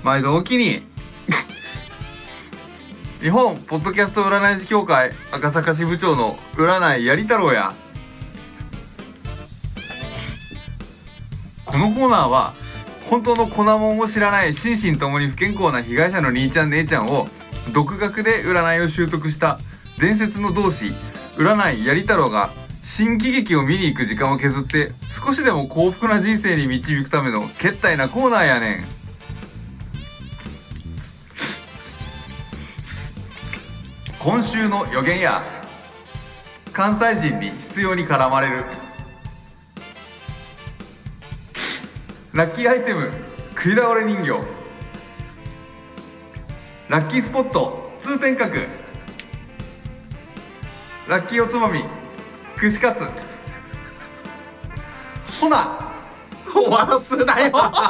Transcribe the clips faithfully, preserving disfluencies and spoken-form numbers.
毎度おきに日本ポッドキャスト占い師協会赤坂支部長の占いやり太郎や。このコーナーは本当の粉もんを知らない心身ともに不健康な被害者の兄ちゃん姉ちゃんを独学で占いを習得した伝説の同志占いやり太郎が新喜劇を見に行く時間を削って少しでも幸福な人生に導くためのけったいなコーナーやねん。今週の予言や関西人に必要に絡まれるラッキーアイテム食い倒れ人形、ラッキースポット通天閣、ラッキーおつまみ串カツ。ほな終わらすなよ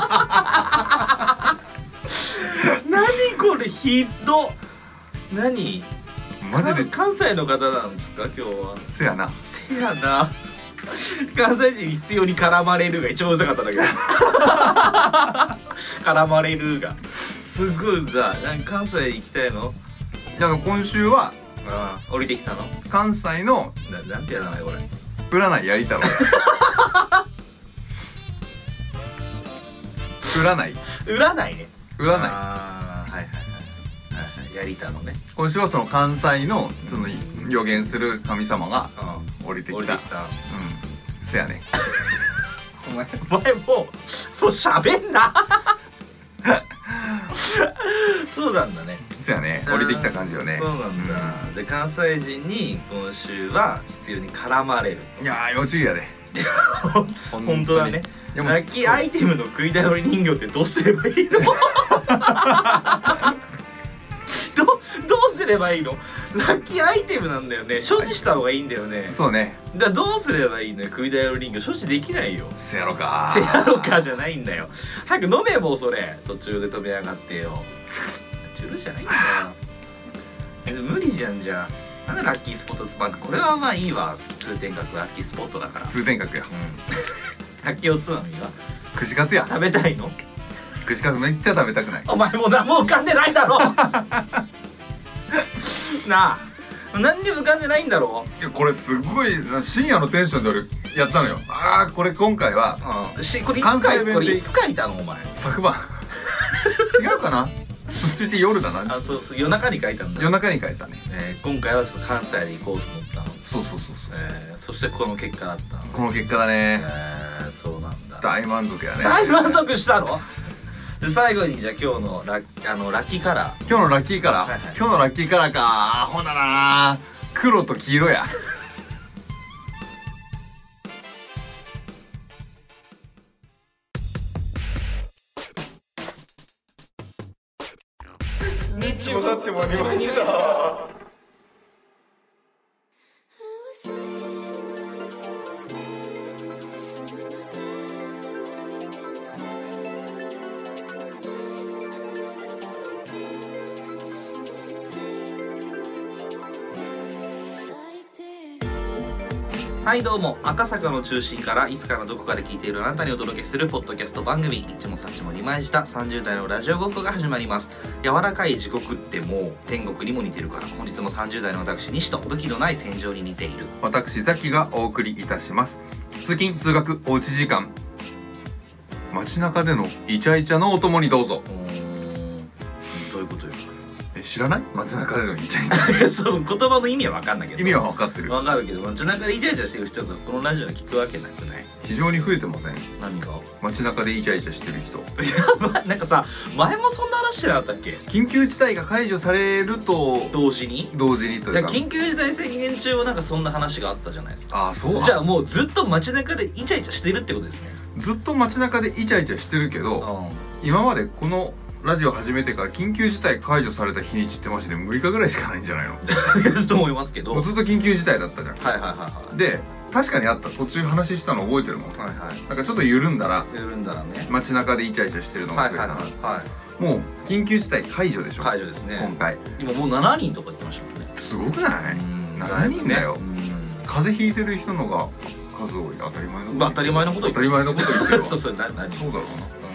何これひど。何マジで関西の方なんですか今日は。 せやなせやな関西人に必要に絡まれるが一番うざかったんだけど絡まれるがすごいうざ。何関西行きたいの。 じゃあ今週はああ降りてきたの。 関西のななんてや名前これ。 占いやり太郎占い占いね。 占い。 ああはいはいはいはいはいやりたのね。 今週はその関西のその予言する神様が降りてきた。 降りてきた。 うんせやねお前お前もうもう喋んなそうなんだね。 せやね降りてきた感じよね。 そうなんだ、うん、じゃあ関西人に今週は必要に絡まれる。 いやー要注意やで本当だね。ラッキーアイテムの食い倒れ人形ってどうすればいいのど, どうすればいいの。ラッキーアイテムなんだよね。所持した方がいいんだよね。 そうね。 だからどうすればいいのよ。食い倒れ人形所持できないよ。 せやろかせやろかじゃないんだよ。早く飲めもうそれ。途中で止めやがってよ。チュルじゃないんだよ。え無理じゃんじゃあ。なんでラッキースポットつまんで。これはまあいいわ。通天閣ラッキースポットだから。 通天閣や。 うん。ラッキーおつまみは串カツや。 食べたいの。 串カツめっちゃ食べたくない。 お前もう何も浮かんでないだろなあ何にも浮かんでないんだろ。 いやこれすごい深夜のテンションで俺やったのよ。ああこれ今回は、 うん、しこれいつ関か西弁でこれいつ書いたのお前。 昨晩違うかなそっち夜だな。 あそうそう夜中に書いたんだ。 夜中に書いたね、 えー、今回はちょっと関西で行こうと思ったの。 そうそうそうそう、 えー、そしてこの結果だったの。 この結果だね、 えー、そうなんだ。 大満足やね。 大満足したので最後にじゃあ今日のラッあのラッキーカラー。 今日のラッキーカラー、はいはい、今日のラッキーカラーかアホだな。黒と黄色やニッチもサッチもありました。はいどうも、赤坂の中心からいつかのどこかで聞いているあなたにお届けするポッドキャスト番組、ニッチもサッチもに枚舌さんじゅう代のラジオごっこが始まります。柔らかい地獄ってもう天国にも似てるから、本日もさんじゅう代の私西と武器のない戦場に似ている私ザキがお送りいたします。通勤通学おうち時間、街中でのイチャイチャのお供にどうぞ。 うーんどういうことよ。 え知らない？街中でのイチャイチャそう言葉の意味は分かんないけど。 意味は分かってる。 分かるけど街中でイチャイチャしてる人がこのラジオで聞くわけなくない？ 非常に増えてません？ 何が？ 街中でイチャイチャしてる人。 やばい、なんかさ前もそんな話してなかったっけ？ 緊急事態が解除されると同時に同時にというか、 緊急事態宣言中はなんかそんな話があったじゃないですか。 ああそう。 じゃあもうずっと街中でイチャイチャしてるってことですね。 ずっと街中でイチャイチャしてるけど、うん、今までこのラジオ始めてから緊急事態解除された日にちってマジでむいかぐらいしかないんじゃないのと思いますけど、 もうずっと緊急事態だったじゃん。 はいはいはいはい。 で確かにあった。途中話したの覚えてるもん。 はいはい。 なんかちょっと緩んだら緩んだらね街中でイチャイチャしてるのが増えたな。はいはいはい、はい、もう緊急事態解除でしょ。 解除ですね今回。 今もうななにんとか言ってましたもんね。 すごくない？ななにんだよ。風邪ひいてる人のが数多い。当たり前のこと。 当たり前のこと言ってる。 当たり前のこと言ってるわ。 そうそうな何？ そうだろうな。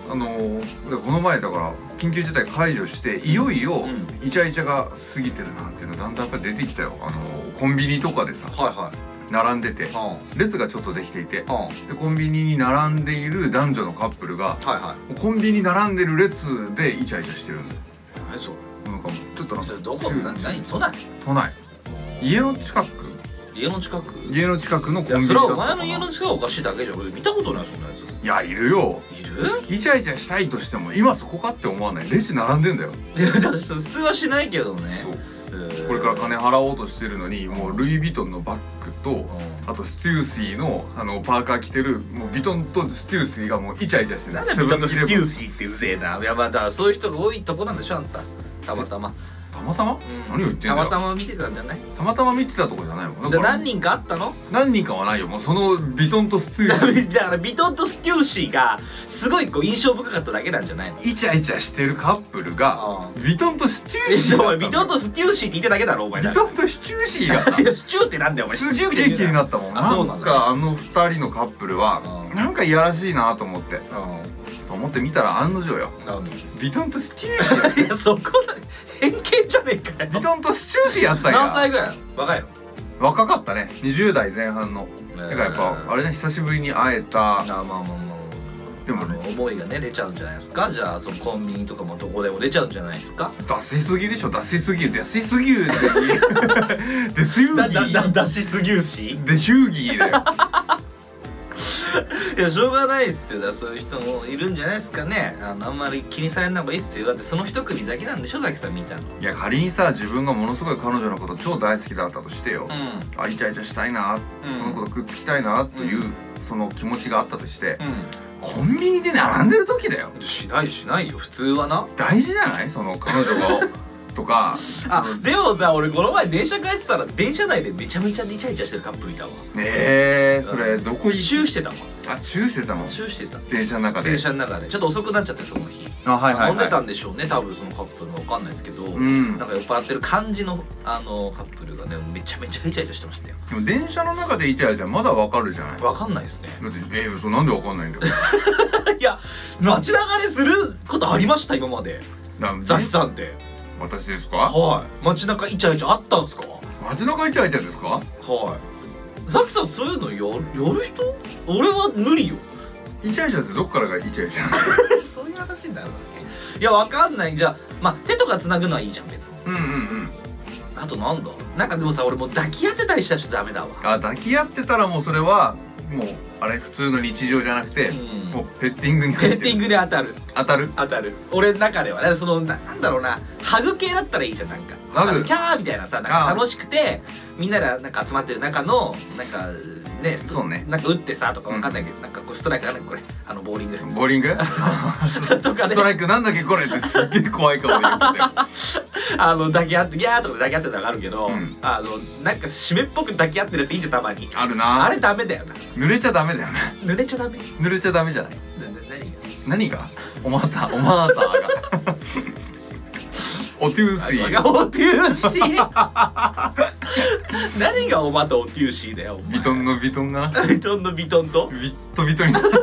あのー、この前だから緊急事態解除していよいよイチャイチャが過ぎてるなっていうのがだんだんやっぱり出てきたよ。あのー、コンビニとかでさ、 はいはい、 並んでて、うん、列がちょっとできていて、うん、でコンビニに並んでいる男女のカップルが、はいはい、コンビニ並んでる列でイチャイチャしてるんだよ。 何それ。 なんかちょっとなんかそれどこ？何？都内？ 都内。家の近く？ 家の近く？ 家の近くのコンビニだったかな。 それはお前の家の近くおかしいだけじゃん。俺見たことないそんなやつ。 いや、いるよ。 いる？ イチャイチャしたいとしても今そこかって思わない。レジ並んでんだよ。 いや、普通はしないけどね。 これから金払おうとしてるのに、もうルイ・ヴィトンのバッグと、あとステューシーのあのパーカー着てる、もうヴィトンとステューシーがもうイチャイチャしてる。 なんでヴィトンとステューシーってうぜえな。いや、またそういう人が多いとこなんでしょあんた。たまたま。 たまたま、うん、何を言ってんだよ。 たまたま見てたんじゃない？ たまたま見てたとこじゃないもん。 で何人かあったの？ 何人かはないよ。もうそのヴィトンとステューシーだからヴィトンとステューシーがすごいこう印象深かっただけなんじゃないの？ イチャイチャしてるカップルがヴィトンとステューシーお前ヴィトンとステューシーって言ってだけだろお前。 ヴィトンとスチューシーがさいやスチューってなんだよお前。 すっげえ気になったもん。なんかあのふたりのカップルはなんかいやらしいなと思って思って見たら案の定よ。ヴィトンとスチューシーいやそこだ偏見じゃねえかよ。 ヴィトンとスチューシーやったんや。 何歳ぐらいなの？若いの？ 若かったね。にじゅう代前半の。だからやっぱあれね、久しぶりに会えた。 あ、まあまあまあでもね、 思いがね出ちゃうんじゃないですか。じゃあそのコンビニとかもどこでも出ちゃうんじゃないですか。 出しすぎでしょ。出しすぎ出しすぎる出しすぎだだ出しすぎるし出しゅうぎだよいやしょうがないっすよ。だそういう人もいるんじゃないですかね。あのあんまり気にされない方がいいっすよ。だってその一組だけなんでしょザキさん見たの。 いや仮にさ自分がものすごい彼女のこと超大好きだったとしてよ、うん、あイチャイチャしたいな、うん、この子とくっつきたいなという、うん、その気持ちがあったとして、うん、コンビニで並んでる時だよ。 しないしないよ普通はな。 大事じゃない？その彼女がとかあでもさ俺この前電車帰ってたら電車内でめちゃめちゃイチャイチャしてるカップルいたわ。 えー、それどこ行チューしてたわ。 あチューしてたの？ チューしてた電車の中で。 電車の中でちょっと遅くなっちゃってその日。 あはいはいはい。 飲んでたんでしょうね多分そのカップルわかんないですけど、うん、なんか酔っ払ってる感じのあのカップルがねめちゃめちゃイチャイチャしてましたよ。 でも電車の中でイチャイチャまだわかるじゃない。 わかんないですね。 だってえー、嘘なんでわかんないんだよいや街中ですることありました今まで。ザキさんって。 私ですか？ はい街中イチャイチャあったんですか？ 街中イチャイチャですか？ はいザキさんそういうのややる人？俺は無理よ。 イチャイチャってどっからがイチャイチャそういう話になるわけ。いやわかんない。じゃあまあ手とか繋ぐのはいいじゃん別に。うんうんうん。あとなんだなんかでもさ俺もう抱き合ってたりしたらちょっとダメだわ。 あ抱き合ってたらもうそれはもうあれ普通の日常じゃなくて、うん、もうペッティングにペッティングに当たる当たる当たる俺の中ではねその な, なんだろうなハグ系だったらいいじゃん。なんかハグキャーみたいなさなんか楽しくてみんながなんか集まってる中のなんかねそうねなんか打ってさとかわかんないけど、うん、なんかこうストライクあるこれあのボーリングボーリングとか、ね、ストライクなんだっけこれってすっげえ怖い顔で言っててあの抱き合ってギャーとかで抱き合ってたのがあるけど、うん、あのなんか湿っぽく抱き合ってるやついいじゃんたまに。 あるな。 あれダメだよな。 濡れちゃダメだよね。 濡れちゃダメ濡れちゃダメじゃない。 何が何がおまたおまたがおテューシーおテューシー何がおまたおテューシーだよ。 ビトンのビトンがビトンのビトンとビットビトになって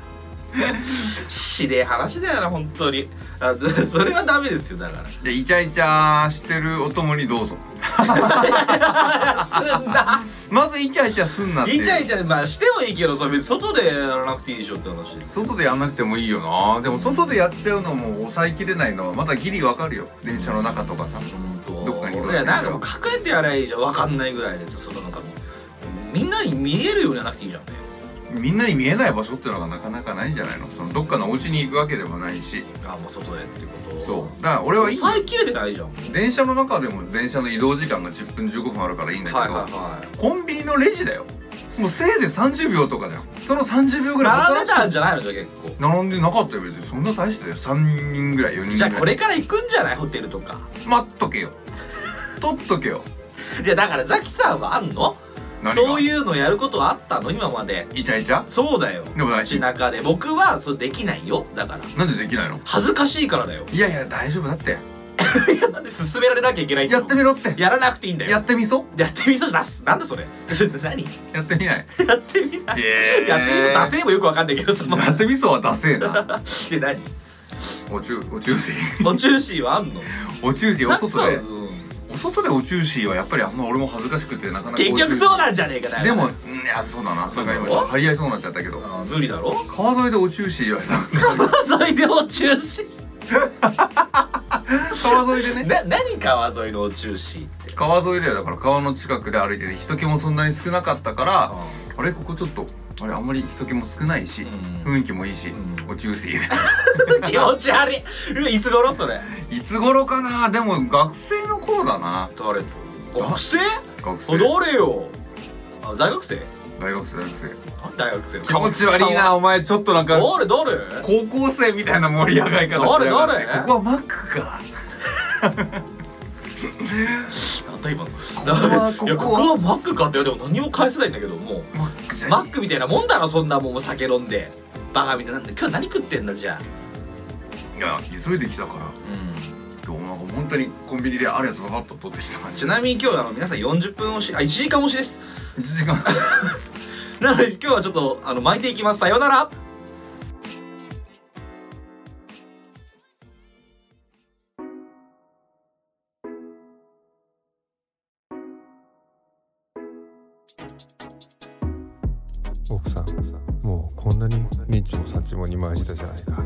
しで話だよな本当に。あそれはダメですよだから。 いやイチャイチャしてるお供にどうぞすんなまずイチャイチャすんなって。 イチャイチャまあしてもいいけどさ別に外でやらなくていいでしょって話です。 外でやんなくてもいいよな。でも外でやっちゃうのも抑えきれないのはまだギリわかるよ。電車の中とかさどっかにいる。 いやなんかもう隠れてやらいいじゃんわかんないぐらいです外の中もみんなに見えるようにやらなくていいじゃんね。 みんなに見えない場所っていうのがなかなかないんじゃないの。そのどっかのお家に行くわけでもないし。 あもう外でっていうこと。 そうだから俺はいい。 抑えきれてないじゃん。 電車の中でも電車の移動時間がじゅっぷんじゅうごふんあるからいいんだけど、はいはいはい、コンビニのレジだよ。もうせいぜいさんじゅうびょうとかじゃん。そのさんじゅうびょうぐらい並んでたんじゃないのじゃあ結構。 並んでなかったよ別に。そんな大してさんにんぐらいよにんぐらい。 じゃあこれから行くんじゃないホテルとか。 待っとけよ取っとけよ。 いやだからザキさんはあんのそういうのやることはあったの今まで。 イチャイチャ。 そうだよ。 でも街中で僕はそうできないよだから。 なんでできないの？ 恥ずかしいからだよ。 いやいや大丈夫だっていやなんで勧められなきゃいけないんだやってみろって。 やらなくていいんだよ。 やってみそやってみそ出す。なんだそれ。何やってみないやってみない、 えー、 やってみそ出せもよくわかんないけどさ。 やってみそはダセえな。 で何お中お中水お中水はあんの？ お中水お外でうんお外でお中水はやっぱりあんま俺も恥ずかしくてなかなか。 結局そうなんじゃねえかな。 でも、うん、いやそうだな。それが今張り合いそうになっちゃったけど。 あ無理だろ。 川沿いでお中水はした。 川沿いでお中水川沿いでね。 な何川沿いのお中水って。 川沿いだよ。だから川の近くで歩いてて人気もそんなに少なかったから、あれここちょっとあれあんまり人気も少ないし、うん、雰囲気もいいし、うん、お中水で気持ち悪い。いつ頃それ？ いつ頃かな。でも学生の頃だな。 誰と？学生？ 学生。 誰よ？あ大学生？ 大学生大学生。 大学生。 気持ち悪いなお前。ちょっとなんか誰誰？ 高校生みたいな盛り上がり方して誰誰？ ここはマックか。 なんだ今の。 ここはここはいやここはマックかって。でも何も返せないんだけどもう。 マックじゃマックみたいなもんだろそんなもん。もう酒飲んでバカみたいなんで。今日何食ってんだじゃあ。 いや急いできたから。今日なんか本当にコンビニであるやつばばっと取ってきた感じ。 ちなみに今日あの皆さんよんじゅっぷん押しあいちじかん押しです。 いちじかんなので今日はちょっとあの巻いていきます。さようなら。 奥さん、もうこんなにニッチもサッチも二枚舌じゃないか。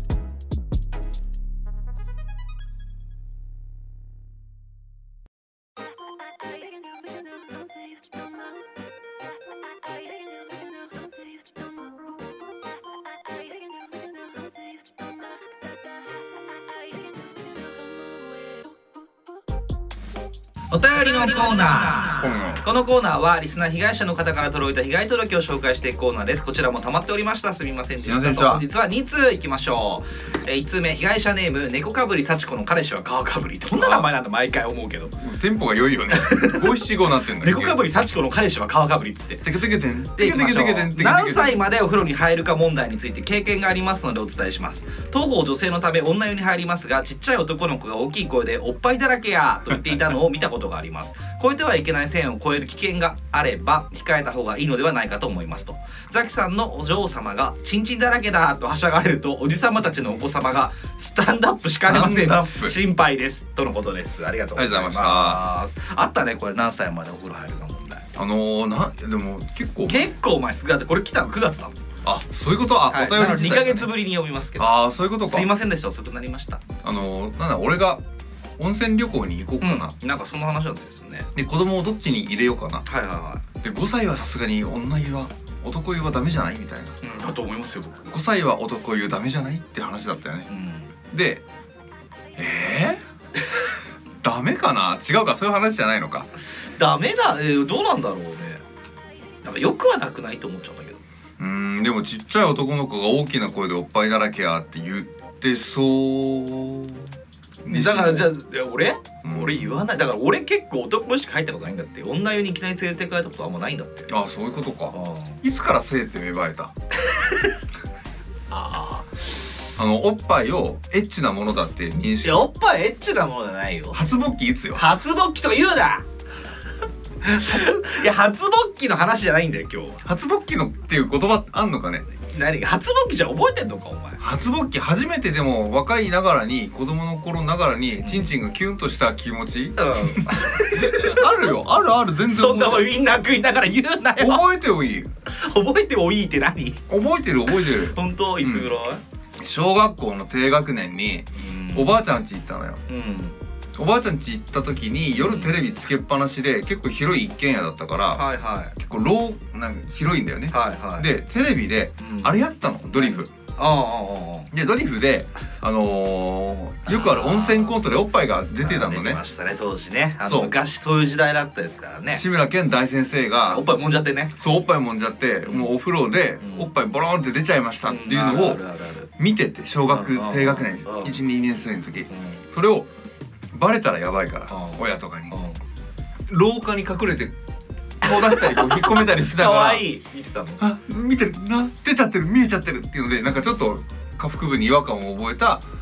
お便りのコーナこのー。このコーナーはリスナー被害者の方から届いた被害届を紹介していくコーナーです。こちらも溜まっておりました。すみませんでした。 すみませんでした本日はに通いきましょう。えー、いち通目被害者ネーム猫かぶり幸子の彼氏は川かぶり。どんな名前なんだ毎回思うけど。 テンポが良いよね。五七五なってんだ猫かぶり幸子の彼氏は川かぶりっつって。 テケテケテンでテケテケテケテンテケテケテン。 何歳までお風呂に入るか問題について経験がありますのでお伝えします。当方女性のため女湯に入りますが、ちっちゃい男の子が大きい声でおっぱいだらけやと言っていたのを見たことがあります。超えてはいけない線を超える危険があれば控えた方がいいのではないかと思いますと。ザキさんのお嬢様がチンチンだらけだとはしゃがれると、おじさまたちのお子様がスタンドアップしかねません。心配ですとのことです。ありがとうございます。あったねこれ。何歳までお風呂入るか問題。 あのー、なでも結構結構前です。だってこれ来たのくがつだもん。 あ、そういうこと。あ、はい、お便り自体、ね、 にかげつぶりに読みますけど。 ああ、そういうことか。 すいませんでした。遅くなりました。 あのー、なんだ俺が温泉旅行に行こうかな、 うん、なんかその話なんですよね。 で子供をどっちに入れようかな。 はいはいはい。 でごさいはさすがに女湯は男湯はダメじゃないみたいな、 うん、だと思いますよ僕。 ごさいは男湯ダメじゃないって話だったよね、うん、でえー、ダメかな。違うか、そういう話じゃないのか。 ダメだ、えー、どうなんだろうね。なんかよくはなくないと思っちゃうんだけど。 うーん、でもちっちゃい男の子が大きな声でおっぱいだらけやって言ってそうだからじゃあ俺、うん、俺言わない。だから俺結構男湯しか入ったことないんだって。女湯にいきなり連れて帰ったことあんまないんだって。 ああ、そういうことか。いつから性って芽生えたあああのおっぱいをエッチなものだって認識。 いやおっぱいエッチなものじゃないよ。 初勃起いつよ。 初勃起とか言うないや初勃起の話じゃないんだよ今日。 初勃起のっていう言葉あんのかね。 何が初勃起じゃ覚えてんのかお前。 初勃起初めて。でも若いながらに子供の頃ながらにチンチンがキュンとした気持ち、うん、あるよ。あるある全然。 そんなもんみんな食いながら言うなよ。 覚えてもいい。 覚えてもいいって何。 覚えてる覚えてる。 本当いつぐらい、 うん、小学校の低学年におばあちゃん家行ったのよ、うん、おばあちゃん家行った時に夜テレビつけっぱなしで結構広い一軒家だったから、はいはい、結構ローなんか広いんだよね、はいはい、でテレビであれやってたの、うん、ドリフ。ああでドリフであのー、よくある温泉コントでおっぱいが出てたのね。 出てましたね当時ね。あの昔そういう時代だったですからね。 志村けん大先生がおっぱいもんじゃってね。 そうおっぱいもんじゃって、うん、もうお風呂でおっぱいボロンって出ちゃいましたっていうのを見てて、小学低学年いち、にねん生の時、うん、それをバレたらやばいから親とかに廊下に隠れて顔出したりこう引っ込めたりしながら可愛い見てたの。 あ見てるな、出ちゃってる見えちゃってるっていうのでなんかちょっと下腹部に違和感を覚えた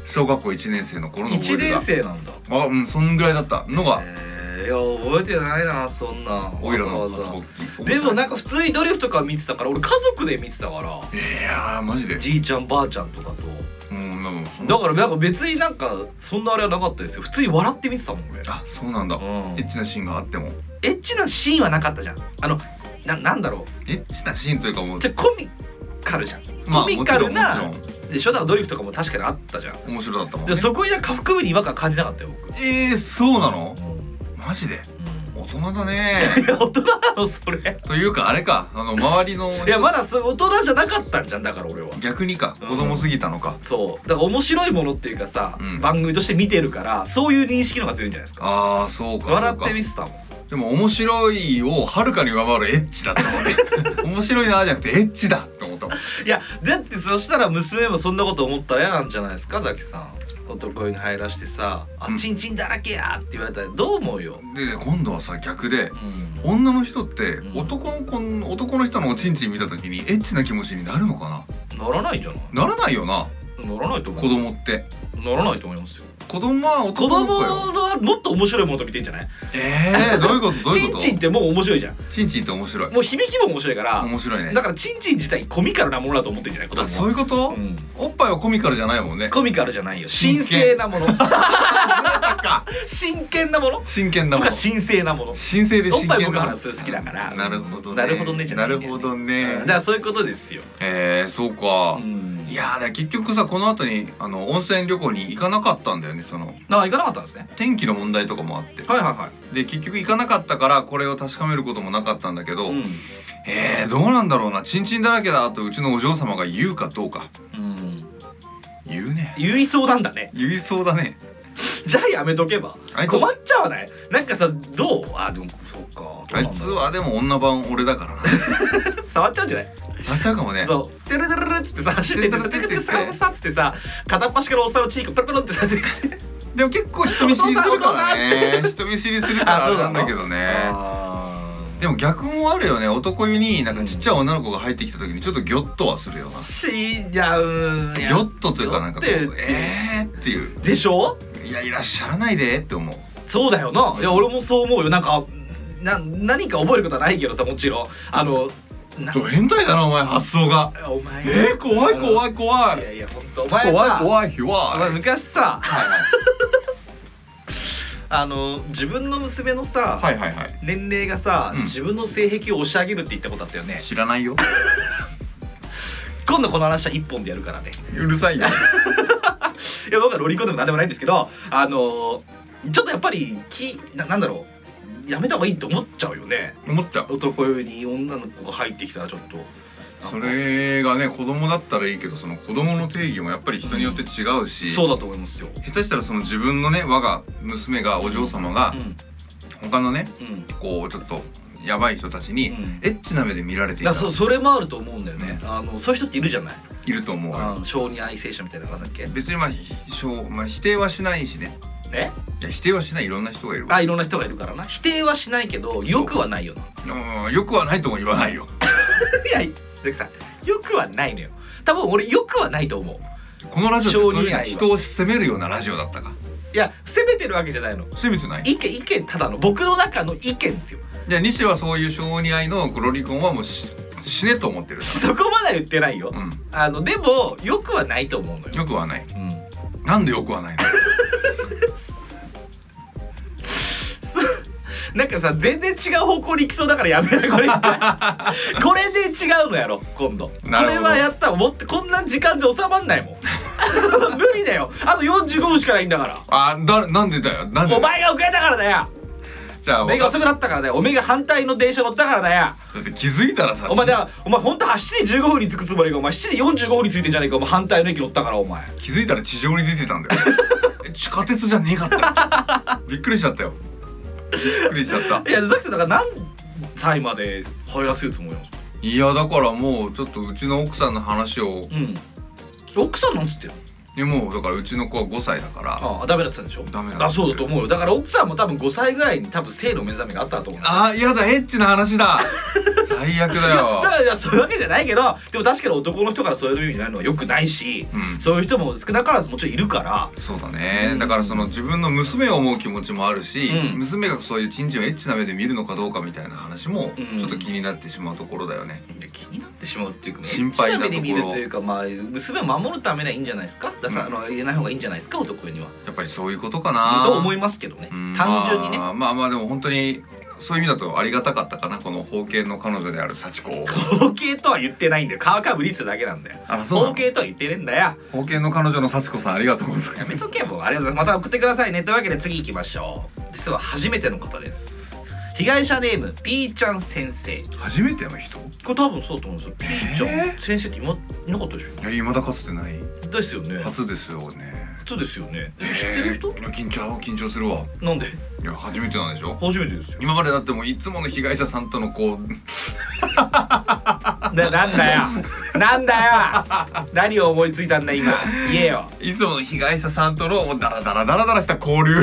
小学校いちねん生の頃のいちねん生生なんだ。 あうんそんぐらいだったのが、 えー、いや覚えてないなそんな。 おいらのわざわざ初でもなんか普通にドリフとか見てたから俺家族で見てたから。 いやーマジでじいちゃんばあちゃんとかと。 うんなんかだからなんか別になんかそんなあれはなかったですよ。普通に笑って見てたもん俺。 あそうなんだ、 うんエッチなシーンがあってもエッチなシーンはなかったじゃん。あのななんだろエッチなシーンというかもうう。じゃコミカルじゃん。 まあコミカルもなちろんもちでしょ。だからドリフとかも確かにあったじゃん。 面白かったもんねでそこになんか下腹部に違和感感じなかったよ僕。 えー、そうなのうんマジでうん大人だねいや大人なのそれ。 というかあれかあの周りのいやまだそ大人じゃなかったんじゃん。だから俺は逆にかうん子供すぎたのか、 そうだから面白いものっていうかさ、 うん番組として見てるからそういう認識の方が強いんじゃないですか。 ああそうかそう笑かって見てたもん。 でも面白いをはるかに上回るエッチだったもんね面白いなじゃなくてエッチだって思ったもんいやだってそしたら娘もそんなこと思ったら嫌なんじゃないですかザキさん。男湯に入らしてさ「あうんチンチンだらけや!」って言われたらどう思うよ。 で今度はさ逆でうん女の人ってうん男の子の男の人のおちんちん見た時にエッチな気持ちになるのかならないんじゃない。 なならないよなならないと思子う。 供ってならないと思いますよ。 子供は子供男の子よはもっと面白いものと見てんじゃない。 えー、どういうことどういうことチンチンってもう面白いじゃん。 チンチンって面白いもう響きも面白いから面白いねだからチンチン自体コミカルなものだと思ってんじゃない子供あは。 そういうこと、 うんおっぱいはコミカルじゃないもんねコミカルじゃないよ。 真神剣聖なものか真剣なもの真剣なもの僕は神聖なもの。 神聖でおっぱい真剣な僕は普通好きだから。 なるほどねなるほどねじゃないんだよね。 なるほどねうんだからそういうことですよ。 えー、そうか、 うんいやーだから結局さこの後にあの温泉旅行に行かなかったんだよねそのあ行かなかったんですね。 天気の問題とかもあってはいはいはい。 で結局行かなかったからこれを確かめることもなかったんだけど、 うんえー、どうなんだろうなチンチンだらけだとうちのお嬢様が言うかどうかうん言うね言いそうなんだね。 言いそうだねじゃあやめとけばあいつ困っちゃわない。なんかさどうあでもそうかどうあないんだろう。 つはでも女版俺だからな触っちゃうんじゃない。 あっちゃうかもねそうテルテルルっつってさ走ってってさテルテルさささっつってさ片っ端からおっさんのチークペロペロってさ出てきてでも結構人見知りするからね人見知りするからあれなんだけどねあでも逆もあるよね男湯になんかちっちゃい女の子が入ってきた時にちょっとギョッとはするよなしじゃうんギョッとというかなんかこうギョッてえーっていうでしょ。 いやいらっしゃらないでって思うそうだよな。いや俺もそう思うよ。なんかな何か覚えることはないけどさもちろんあのな変態だなお前発想がお前えー、怖い怖い怖いいやいやほんとお前さ怖い怖いお前怖い昔さはいあの自分の娘のさ、 はいはいはい年齢がさ、 うん自分の性癖を押し上げるって言ったことあったよね。 知らないよ今度この話は一本でやるからね。 うるさいよいや僕はロリコンでもなんでもないんですけどあのちょっとやっぱりき な, なんだろうやめた方がいいって思っちゃうよね。 思っちゃう男湯に女の子が入ってきたらちょっとそれがね子供だったらいいけどその子供の定義もやっぱり人によって違うし、 そうだと思いますよ。 下手したらその自分のね我が娘がお嬢様がうん他のねうんこうちょっとやばい人たちにうんエッチな目で見られていただそそれもあると思うんだよね。あのそういう人っているじゃない。 いると思うあよの小児愛性者みたいなのなんだっけ。 別にまあしょうまあ否定はしないしねえいや否定はしないいろんな人がいるあいろんな人がいるからな。否定はしないけどよくはないよな。 うんよくはないとも言わないよいやザキさんよくはないのよ。多分俺よくはないと思う。 このラジオってそういう小児愛は人を責めるようなラジオだったかいや責めてるわけじゃないの。 責めてない意見意見ただの僕の中の意見ですよ。 じゃあ西はそういう小児愛のロリコンはもうし死ねと思ってるそこまでは言ってないよ。 うんあのでもよくはないと思うのよ。 よくはないうんなんでよくはないのなんかさ全然違う方向に行きそうだからやめないこれ一回これで違うのやろ今度。こなるほどれはやったらもってこんな時間で収まんないもん無理だよ。あとよんじゅうごふんしかないんだから。 あだなんでだよなんでお前が遅れたからだよ。 じゃあ目が遅くなったからだよ。おめえが反対の電車乗ったからだよ。 だって気づいたらさお前だからお前ほんとはしちじじゅうごふんに着くつもりがお前しちじよんじゅうごふんに着いてんじゃねえか。お前反対の駅乗ったからお前。 気づいたら地上に出てたんだよえ地下鉄じゃねえかったよびっくりしちゃったよびっくりしちゃったいやザキさんだから何歳まで入らせるつもりなんですか。 いやだからもうちょっとうちの奥さんの話をうん奥さんなんつってる。 でもうだからうちの子はごさいだからああダメだったんでしょ。 ダメだあそうだと思うよ。だから奥さんも多分ごさいぐらいに多分性の目覚めがあったと思うんだよ。 あーやだエッチな話だ最悪だいやよだからそういうわけじゃないけど、でも確かに男の人からそういう風になるのは良くないし、 うんそういう人も少なからずもちろんいるから。 そうだね、だからその自分の娘を思う気持ちもあるし、 うん娘がそういうチンチンをエッチな目で見るのかどうかみたいな話もうんちょっと気になってしまうところだよね。 いや気になってしまうっていうか、 心配なところエッチな目で見るというか、まあ娘を守るためにはいいんじゃないですか。だから、 うんあの入れない方がいいんじゃないですか、男には。 やっぱりそういうことかなと思いますけどね、 うん単純にね。 まあ、まあまあでも本当にそういう意味だとありがたかったかな、この包茎の彼女である幸子を。 包茎とは言ってないんだよ。川かぶりつだけなんだよ。 あ、そうなの。 包茎とは言ってねえんだよ。 包茎の彼女の幸子さんありがとうございやめます。 とけもう。ありがとうございます。また送ってくださいね。というわけで次行きましょう。実は初めての方です。被害者ネームピーちゃん先生。 初めての人？ これ多分そうと思うんですよ。ピーちゃん、 えー先生って今いなかったでしょ。 いや、未だかつてない。 ですよね。 初ですよね。 そうですよね。知ってる人？ えー緊張緊張するわ。 なんで？ いや、初めてなんでしょ。 初めてですよ。 今までだってもういつもの被害者さんとのこうな、なんだよなんだよ何を思いついたんだ今、言えよ。 いつもの被害者さんとのもうダラダラダラダラした交流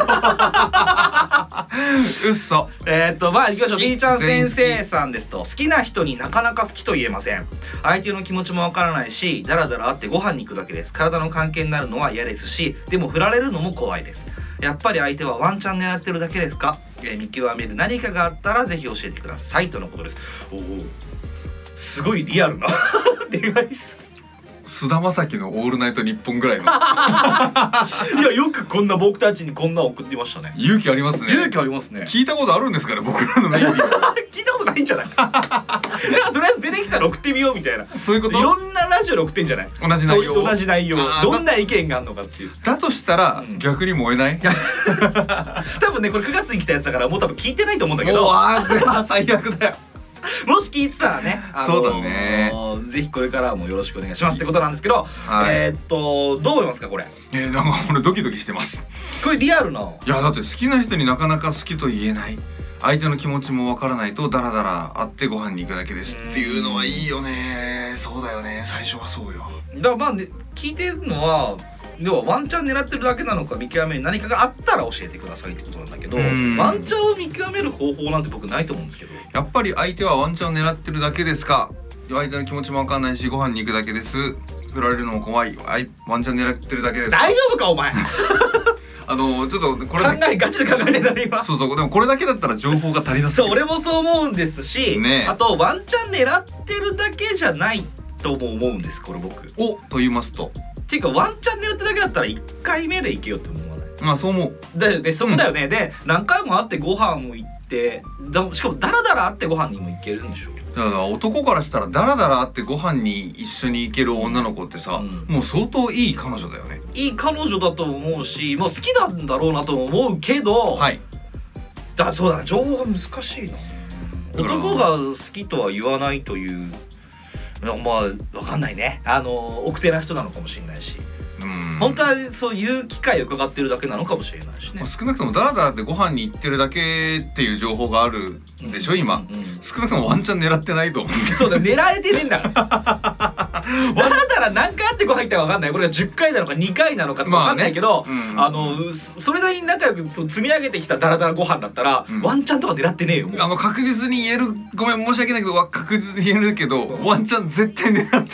うっそ。 えーっとまあ行きましょう。 好き B ちゃん先生全員好きさんですと、好きな人になかなか好きと言えません。相手の気持ちもわからないし、ダラダラ会ってご飯に行くだけです。体の関係になるのは嫌ですし、でも振られるのも怖いです。やっぱり相手はワンチャン狙ってるだけですか？えー見極める何かがあったらぜひ教えてくださいとのことです。おお、すごいリアルな恋愛っす。 菅田将暉の「オールナイトニッポン」ぐらいのいや、よくこんな僕たちにこんな送ってましたね。 勇気ありますね。 勇気ありますね。 聞いたことあるんですかね、僕らのメインを聞いたことないんじゃない？なんかとりあえず出てきたら送ってみようみたいな。 そういうこと。 いろんなラジオで送ってんじゃない？ 同じ内容同じ内容。 あーどんな意見があるのかっていう。 だとしたら、 うん逆に燃えない多分ね、これくがつに来たやつだからもう多分聞いてないと思うんだけど、 もうあー最悪だよ。 もし聞いてたらね、あのーそうだねぜひこれからもよろしくお願いしますってことなんですけど、 はいえーっとどう思いますかこれ？ えー、なんか俺ドキドキしてます。 これリアルな。 いやだって好きな人になかなか好きと言えない、相手の気持ちもわからないとダラダラ会ってご飯に行くだけですっていうのはいいよね。そうだよね、最初はそうよ。 だからまあ、ね、聞いてるのは要はワンチャン狙ってるだけなのか見極める何かがあったら教えてくださいってことなんだけど、 うんワンチャンを見極める方法なんて僕ないと思うんですけど。 やっぱり相手はワンチャンを狙ってるだけですか、相手の気持ちもわかんないしご飯に行くだけです、振られるのも怖い、あいワンチャン狙ってるだけです。 大丈夫かお前あのちょっとこれ考えガチで考えてたね今。 そうそう、でもこれだけだったら情報が足りなすぎる。 そう俺もそう思うんですし、 ねあとワンチャン狙ってるだけじゃないとも思うんですこれ僕。っおと言いますと、 ていうかワンチャン狙ってるだけだったらいっかいめで行けよって思わない？ まあそう思う。 ででそこだよね、で何回も会ってご飯も行ってだしかもダラダラ会ってご飯にも行けるんでしょ。 だから男からしたらダラダラ会ってご飯に一緒に行ける女の子ってさ、 うんもう相当いい彼女だよね。 いい彼女だと思うし、まあ、好きなんだろうなと思うけど、 はい。 だからそうだな、情報が難しいな。 だから男が好きとは言わないという、まあ分かんないね。あの奥手な人なのかもしれないし、 うん。 本当はそういう機会を伺ってるだけなのかもしれないしねまあ。少なくともダラダラってご飯に行ってるだけっていう情報があるんでしょ、今。 うんうん少なくともワンチャン狙ってないと思うんですよ。 そうだ、狙われてねえんだからだらだら何回会ってご飯行ったか分かんない。これがじゅっかいなのかにかいなのかとか分かんないけど、 まあねうんあのそそれなりに仲良くそう積み上げてきたダラダラご飯だったら、 うんワンチャンとか狙ってねえよもう。 あの確実に言える、ごめん申し訳ないけどわ確実に言えるけど、ワンチャン絶対狙ってない。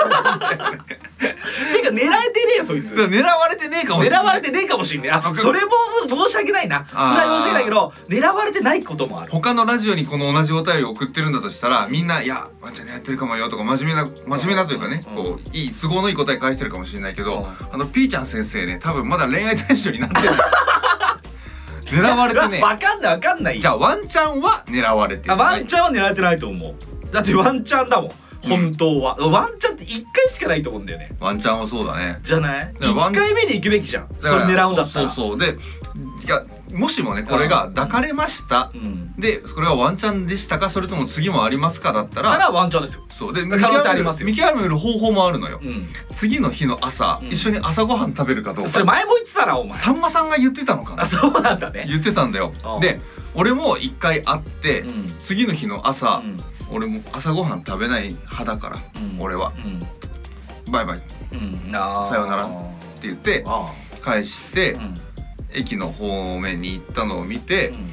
てか狙えてねえよそいつ。 だから狙われてねえかもしれない。 狙われてねえかもしんねえ。あ、それも申し訳ないな。それあーは申し訳ないけど狙われてないこともある。 他のラジオにこの同じお便りを送ってるんだとしたら、みんな「いやワンちゃんやってるかもよ」とか真面目な真面目なというかね、 うんこういい都合のいい答え返してるかもしれないけど、 うんあのピーちゃん先生ね、多分まだ恋愛対象になってる。狙われてね。 わかんないわかんない。 じゃあワンちゃんは狙われてる。 あ、ワンチャンは狙われてないと思う。だってワンチャンだもん。本当は、ワンチャンっていっかいしかないと思うんだよね。 ワンちゃんはそうだね。 じゃない？ だからワンいっかいめに行くべきじゃん。それ狙うんだったら。 そうそうそう。で、いやもしもねこれが抱かれました。 うん。 でこれはワンチャンでしたか、それとも次もありますかだったら、 ならワンチャンですよ。 そうで可能性ありますよ見極める方法もあるのよ。 うん。 次の日の朝、 うん一緒に朝ごはん食べるかどうか。 それ前も言ってたなお前。 さんまさんが言ってたのかな。 あ、そうなんだね。 言ってたんだようん。 で俺も一回会って、 うん次の日の朝、 うん俺も朝ごはん食べない派だから、 うん俺はうんバイバイってうん。あーさよなら言ってあ返して、 ーうん駅の方面に行ったのを見て、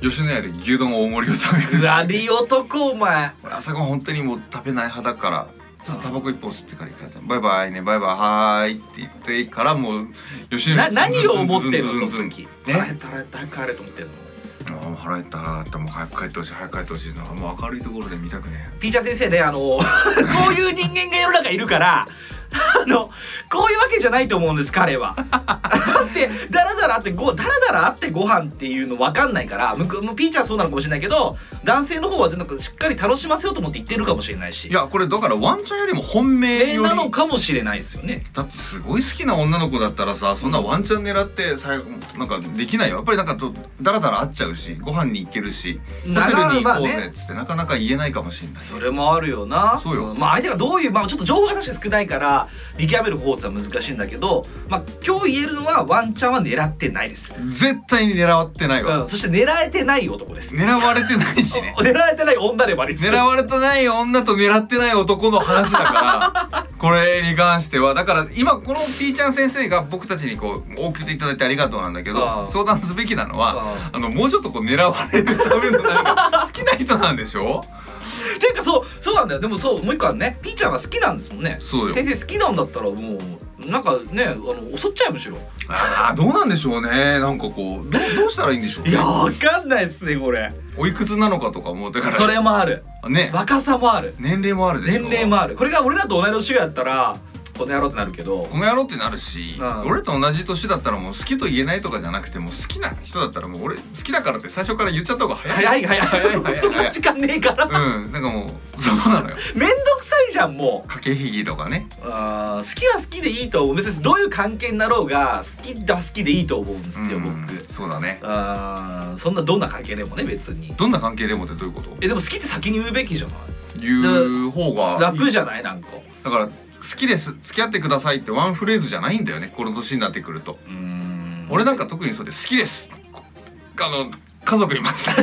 吉野家で牛丼大盛りを食べる。 うわいい男お前。 俺朝ごはん本当にもう食べない派だからちょっとタバコ一本吸ってから行かれたバイバイねバイバイはーいって言ってからもう吉野家な何を思ってんのそのズンズンズンズン時。 ね腹減った腹減った早く帰れと思ってんの。 あもう腹減った腹減ったもう早く帰ってほしい早く帰ってほしいなんかもう明るいところで見たくねピーちゃん先生ねあのこういう人間が世の中いるからあのこういうわけじゃないと思うんです彼は。だってダラダラあってごダラダラあってご飯っていうの分かんないからむくもうピーちゃんはそうなのかもしれないけど男性の方はなんかしっかり楽しませようと思って言ってるかもしれないし。 いやこれだからワンちゃんよりも本命よりなのかもしれないですよね。 だってすごい好きな女の子だったらさそんなワンチャン狙って最後なんかできないよやっぱりなんかとダラダラ会っちゃうしご飯に行けるしホテルに行こうぜっつってなかなか言えないかもしれない。 それもあるよな。 そうよ、 んまあ相手がどういうまあちょっと情報が確かに少ないから見極める方法は難しいんだけどまあ今日言えるのはワンチャンは狙ってないです。 絶対に狙ってないわ、 うん、そして狙えてない男です。 狙われてないしね狙えてない女でもあり狙われてない女と狙ってない男の話だからこれに関してはだから今このピーちゃん先生が僕たちにこう送っていただいてありがとうなんだけど相談すべきなのはあのもうちょっとこう狙われるためのなんか好きな人なんでしょ。 ていうかそうそうなんだよ。でもそうもう一個はねピーちゃんは好きなんですもんね。 そうよ先生好きなんだったらもうなんかねあの襲っちゃうむしろ。 ああどうなんでしょうねなんかこうどうどうしたらいいんでしょうね。 いやわかんないですねこれ。 おいくつなのかとかもだからそれもあるね若さもある年齢もあるでしょ。 年齢もある。これが俺らと同い年がやったらこの野郎ってなるけどこの野郎ってなるし、 うん、 俺と同じ年だったらもう好きと言えないとかじゃなくてもう好きな人だったらもう俺好きだからって最初から言っちゃった方が早い。 早い早い早い早いそんな時間ねえからうんなんかもうそうなのよ。 めんどくさいじゃんもう。 駆け引きとかね。 あ好きは好きでいいと思う。別にどういう関係になろうが好きだ好きでいいと思うんですよ、 うん僕。 そうだね。 あそんなどんな関係でもね別に。 どんな関係でもってどういうこと？ えでも好きって先に言うべきじゃない？ 言う方が楽じゃないなんか。 だから好きです付き合ってくださいってワンフレーズじゃないんだよねこの年になってくると。 うーん俺なんか特にそうで好きですあの家族います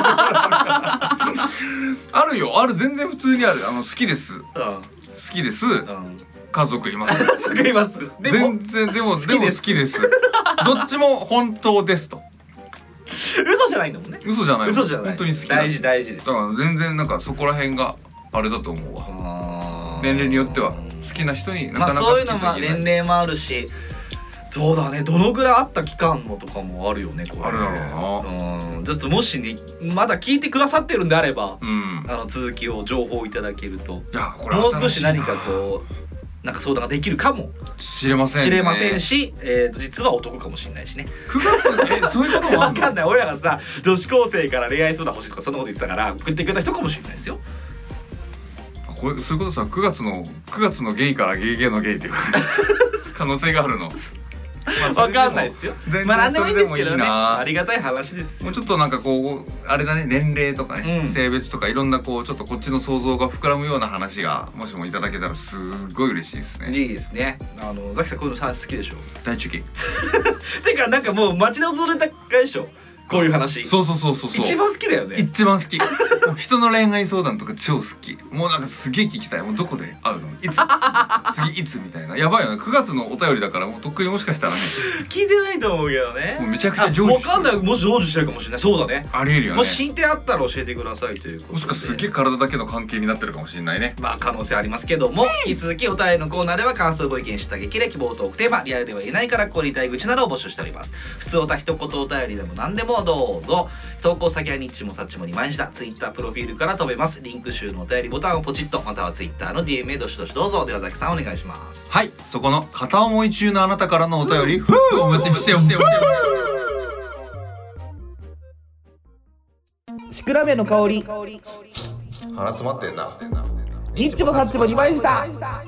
あるよある全然普通にあるあの好きです好きです家族います家族いますでも全然でもでも好きですどっちも本当ですと嘘じゃないんだもんね。 嘘じゃない嘘じゃない本当に好きだ大事大事です。 だから全然なんかそこら辺があれだと思うわ。年齢によっては好きな人になかなか好きと言えない。 まあそういうのも年齢もあるしそうだねどのぐらいあった期間のとかもあるよねこれ。 あるだろうな。 うんちょっともしねまだ聞いてくださってるんであれば、 うん、 あの続きを情報いただけるといやこれもう少し何かこうなんか相談ができるかもしれませんね。 知れませんし、えー、実は男かもしれないしね。 くがつえそういうこともあるの？ わかんない俺らがさ女子高生から恋愛相談欲しいとかそんなこと言ってたから送ってくれた人かもしれないですよ。 これそういうことさくがつのくがつのゲイからゲイゲイのゲイっていう可能性があるの。 わかんないですよ。まあ何でもいいんですけどね。ありがたい話ですよ。 もうちょっとなんかこうあれだね年齢とかね、うん、性別とかいろんなこうちょっとこっちの想像が膨らむような話がもしもいただけたらすごい嬉しいですね。 いいですね。あのザキさんこういうのさ好きでしょ。 大好き。 てかなんかもう待ち望んでたかでしょ。こういう話。 そうそうそうそうそう。 一番好きだよね。 一番好き。人の恋愛相談とか超好き。もうなんかすげえ聞きたい。もうどこで会うの？いつ？次いつみたいな。やばいよね。くがつのお便りだからもうとっくにもしかしたらね。 聞いてないと思うけどね。 もうめちゃくちゃ成就。 わかんない。もし成就してるかもしれない。そうだね。 ありえるよね。 もし進展あったら教えてくださいということで。 もしかすげえ体だけの関係になってるかもしれないね。 まあ可能性ありますけども、引き続きお便りのコーナーでは感想ご意見した激励希望トークテーマリアルでは言えないからこりたい口などを募集しております。普通おた一言お便りでも何でもどうぞ。投稿先はニッチもサッチもにまいしたツイッタープロフィールから飛べます。リンク集のお便りボタンをポチッとまたはツイッターの ディーエム へどしどしどうぞ。ではザキさんお願いします。 はいそこの片思い中のあなたからのお便り、うん、ふうお待ちしております。 シクラメの香り鼻詰まってんな。 ニッチもサッチもにまいした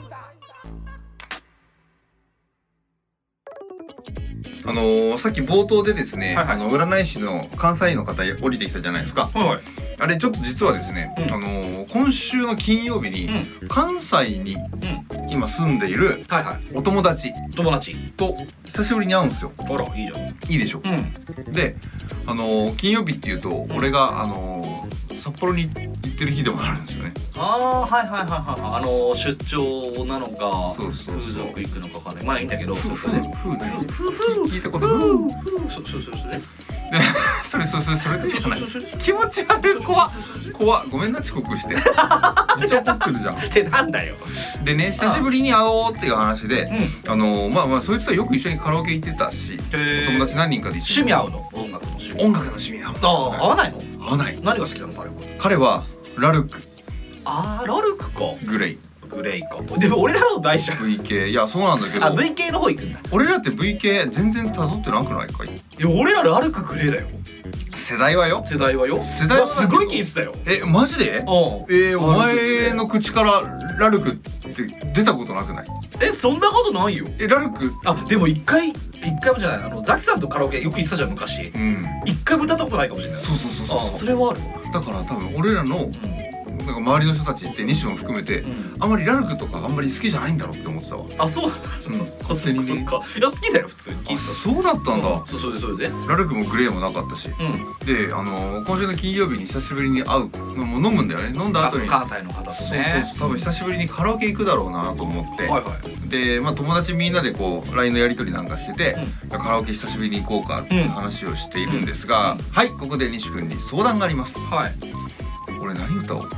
あのー、さっき冒頭でですね、 はいはい、 あの占い師の関西医の方降りてきたじゃないですか、 はいはい、 あれちょっと実はですね、うん、あのー、今週の金曜日に、うん、関西に今住んでいるお友達と久しぶりに会うんですよ。 あらいいじゃん。 いいでしょ、うん、で、あのー、金曜日っていうと、うん、俺が、あのー、札幌に行ってる日でもあるんですよね。 ああはいはいはいはい。あのー、出張なのかそうそうそう風俗行くのかわかんない。まあいいんだけどふふふふふふ聞いたことふふそうそうそうそうね。 それそれそれそれじゃない気持ち悪い怖っ怖っごめんな遅刻してめっちゃ怒ってるじゃんってなんだよ。 でね久しぶりに会おうっていう話で、 うん、 あのまあまあそいつはよく一緒にカラオケ行ってたしお友達何人かで一緒に趣味合うの音楽の趣味音楽の趣味なのああ合わないの合わない何が好きなの彼は。 彼はラルクあーラルクかグレイグレイかでも俺らの大じゃんブイケー いやそうなんだけどあ ブイケー の方行くんだ。 俺らって ブイケー 全然辿ってなくないかい。 いや俺らラルクグレイだよ世代はよ世代はよ世代はすごい聞いてたよ。 えマジでうんえー、お前の口からラルクって出たことなくない。 えそんなことないよ。 えラルクあでも一回一回もじゃないあのザキさんとカラオケよく行ってたじゃん昔。 うん一回も歌ったことないかもしれない。 そうそうそうそうあそうそれはあるわ。 だから多分俺らのうんなんか周りの人たちって西も含めて、 うんあんまりラルクとかあんまり好きじゃないんだろうって思ってたわ。 あそううん勝手そっにね。 かそっかいや好きだよ普通に聞いあてた。 そうだったんだ。 そうそれでそれでラルクもグレーもなかったし。 うんであのー今週の金曜日に久しぶりに会うもう飲むんだよね。飲んだあそ後にの関西の方とそうそうね。 そう多分久しぶりにカラオケ行くだろうなと思って、 はいはいでまあ友達みんなでこう ライン のやり取りなんかしてて、カラオケ久しぶりに行こうかっていう話をしているんですが、 うんはいここで西君に相談があります。 はい俺何歌おう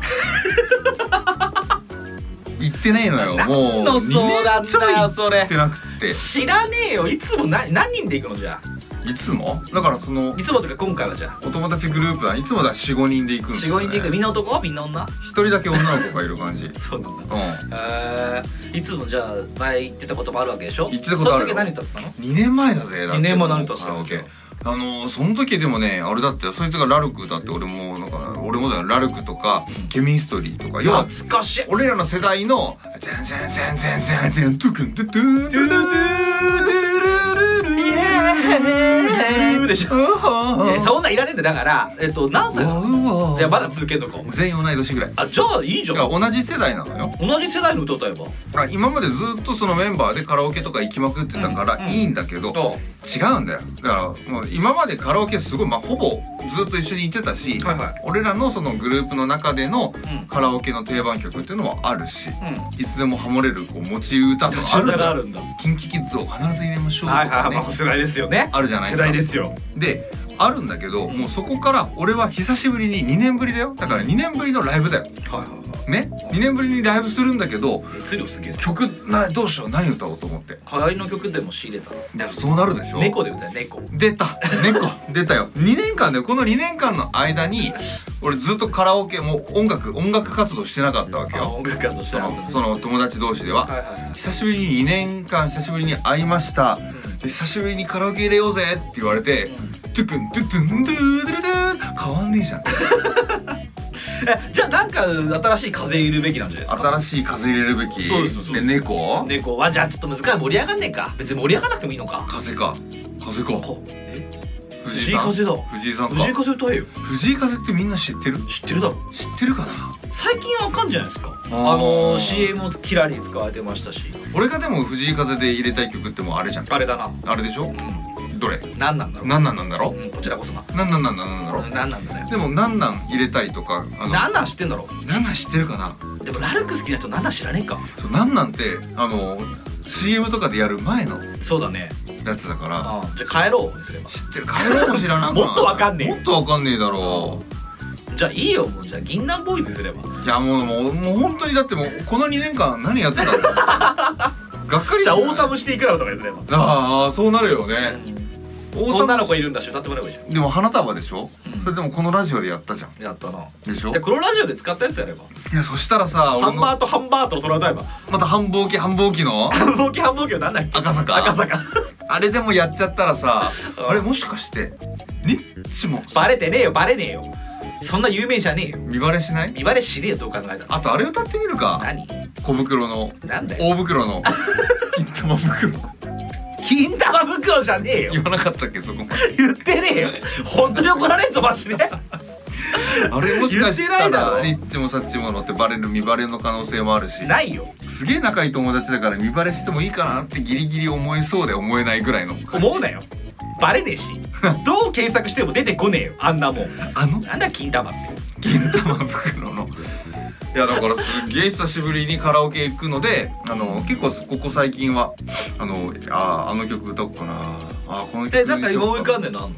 言ってねえのよもう何の相談にねんちょいだよ行それってなくって知らねえよいつもな何人で行くのじゃいつもだからそのあいつもとか今回はじゃあお友達グループはいつもだ よん,ご 人で行くんですよ、ね、 よん、ごにんで行くみんな男みんな女一人だけ女の子がいる感じうんそうなんだえー、いつもじゃあ前言ってたこともあるわけでしょ。 言ってたことあるよその時何歌ってたの。 にねんまえだぜだってにねんまえ何歌ってたのカラオケあのー、その時でもねあれだってそいつがラルク歌って俺もなんか俺もだよラルクとかケミストリーとか要は懐かしい。 俺らの世代の「全然全然全然トゥクントゥトゥントゥルトゥトゥイエーイでしょ。えそんなんいらねえんだよだからえっと何歳なの。いやまだ続けんのか。 全員同い年ぐらいあじゃあいいじゃん。 いや同じ世代なのよ同じ世代の歌歌えば。 あ今までずっとそのメンバーでカラオケとか行きまくってたからうんいいんだけど、 と違うんだよだからもう今までカラオケすごいまあほぼずっと一緒に行ってたし、 はいはい俺らのそのグループの中でのうんカラオケの定番曲っていうのはあるし、 うんいつでもハモれるこう持ち歌とかあるんだよがあるんだ。 キンキキッズを必ず入れましょうとはいはいかねはいまあ世代ですよね。 あるじゃないですか世代ですよ。 であるんだけどもうそこから俺は久しぶりににねんぶりだよだからにねんぶりのライブだよはいはいはい。 ねにねんぶりにライブするんだけど熱量すげえな。 曲などうしよう何歌おうと思って流行りの曲でも仕入れたら。 でそうなるでしょ猫で歌え猫。 出た猫出たよにねんかんでこのにねんかんの間に俺ずっとカラオケも音楽音楽活動してなかったわけよあ音楽家としてそはのその友達同士でははいはいはい。 久しぶりににねんかん久しぶりに会いましたで久しぶりにカラオケ入れようぜって言われてトゥクントゥトゥンドゥードゥルドゥー変わんねえじゃんえじゃあなんか新しい風入れるべきなんじゃないですか。 新しい風入れるべきそうですそうですで猫猫はじゃあちょっと難しい盛り上がんねえか別に盛り上がらなくてもいいのか。 風か風かこえ藤井さん藤井風だ藤井さんか藤井風歌えよ。 藤井風ってみんな知ってる知ってるだろ。 知ってるかな最近わかんじゃないですか。あーのー、シーエム もキラリに使われてましたし俺がでも藤井風で入れたい曲ってもうあれじゃんあれだな。 あれでしょうんどれ何なんだろう。 なんなんなんだろうんこちらこそな。 なんなんなんなんだろ何なんだよ。 でもなんなん入れたりとかあの何なん知ってんだろ。 なんなん知ってるかなでもラルク好きな人何なん知らねえか。 そうなんなんてあの シーエム とかでやる前のそうだね。 やつだからあじゃあ帰ろうにすれば。 知ってる帰ろうも知らなくないもっとわかんねえもっとわかんねえだろじゃあいいよもうじゃあ銀杏ボーイズにすれば。 ういやもうもうもう本当にだってもうこのにねんかん何やってたのがっかりじゃあしないオーサムシティクラブとかにすれば。 ああそうなるよね王様女の子いるんだし歌ってもらえばいいじゃん。 でも花束でしょ、 うんそれでもこのラジオでやったじゃんやったな。 でしょでこのラジオで使ったやつやれば。 いやそしたらさハ俺のンバートハンバートのトラウタイバー。 また繁忙期繁忙期の繁忙期繁忙期はなんだっけ。 赤坂赤坂。 あれでもやっちゃったらさうんあれもしかしてニッチもバレてねえよバレねえよ。そんな有名じゃねえよ。 見バレしない見バレしねえよどう考えたら。 あとあれ歌ってみるか何小袋のなんだよ。 大袋の金玉袋金玉袋じゃねえよ言。わなかったっけそこまで言ってねえよ。本当に怒られんぞマジで。 あれもしかし言ってないただろらニッチもサッチものってバレる見バレの可能性もあるしないよ。 すげえ仲いい友達だから見バレしてもいいかなってギリギリ思えそうで思えないぐらいの感じ思うなよ。バレねえし。どう検索しても出てこねえよあんなもん。 あのなんだ金玉って。 銀玉袋のいやだからすっげえ久しぶりにカラオケ行くのであの結構ここ最近はあのあーあの曲歌おうかなあーこの曲えなんか今思い浮かんででんのあんの。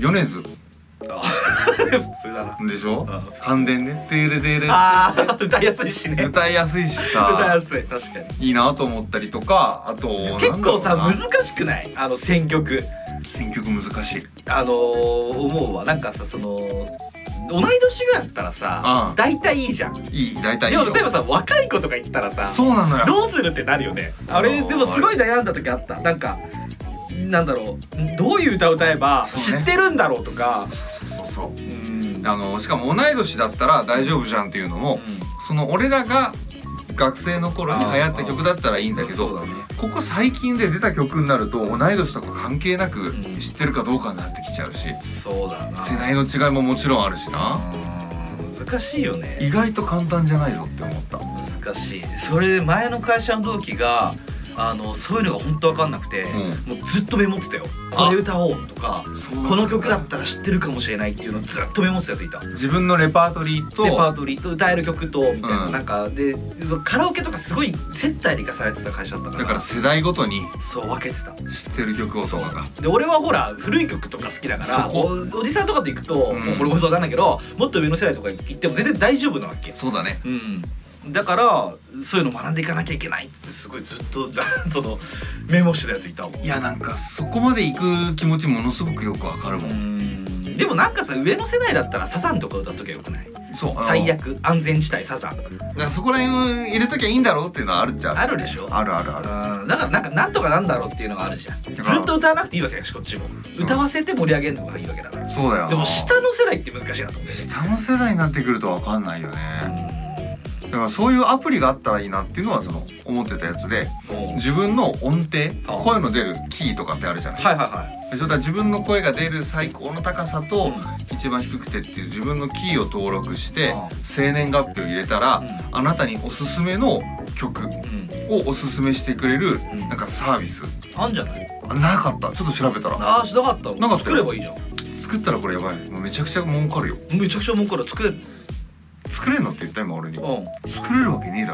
米津あ普通だなでしょあ感電でテレテレあー歌いやすいしね歌いやすいし歌いさやすい確かにいいなと思ったりとか、あと結構さなんだろうな難しくないあの選曲選曲難しい。 あのー、思うわなんかさその同い年ぐらいだったらさうん大体いいじゃんいい大体いいよ。 でも例えばさ若い子とか言ったらさそうなのよ。 どうするってなるよねあれあーでもすごい悩んだ時あったなんかなんだろうどういう歌を歌えばそうね知ってるんだろうとかそうそうそうそううんあのしかも同い年だったら大丈夫じゃんっていうのも、その俺らが学生の頃に流行った曲だったらいいんだけど、 そうだねここ最近で出た曲になると同い年とか関係なくうん知ってるかどうかになってきちゃうし、 そうだな世代の違いももちろんあるしな。 うん難しいよね意外と簡単じゃないぞって思った。 難しいそれで前の会社の同期があのそういうのが本当分かんなくて、もうずっとメモってたよこれ歌おうとかこの曲だったら知ってるかもしれないっていうのをずっとメモってたやついた自分のレパートリーとレパートリーと歌える曲とみたいな、 うんなんかでカラオケとかすごい接待理化されてた会社だったからだから世代ごとにそう分けてた知ってる曲をとかがで俺はほら古い曲とか好きだからそこおおじさんとかで行くと、 うんもうこれもそうなんだけどもっと上の世代とか行っても全然大丈夫なわけそうだね。 うんだからそういうの学んでいかなきゃいけないっつってすごいずっとそのメモしてたやついたもんいやなんかそこまで行く気持ちものすごくよくわかるもん。 うんでもなんかさ上の世代だったらサザンとか歌っときゃよくないそう最悪安全地帯サザンだからそこら辺入れときゃいいんだろうっていうのはあるっちゃあるでしょあるあるある。 うんだからなんかなんとかなんだろうっていうのがあるじゃんずだからっと歌わなくていいわけだしこっちも歌わせて盛り上げるのがいいわけだからそうだよな。 でも下の世代って難しいなと思って下の世代になってくるとわかんないよね。 ねだからそういうアプリがあったらいいなっていうのはその思ってたやつで、 うん自分の音程あ声の出るキーとかってあるじゃない。 はいはいはいでそれから自分の声が出る最高の高さと、 うん一番低くてっていう自分のキーを登録してあ生年月日を入れたら、 うんあなたにおすすめの曲うんをおすすめしてくれるうんなんかサービス、 あんじゃないあなかったちょっと調べたらああしなかったなかったよ作ればいいじゃん作ったらこれやばいもうめちゃくちゃ儲かるよ。 めちゃくちゃもうから作れる作れんのって言った今俺にうん作れるわけねえだろ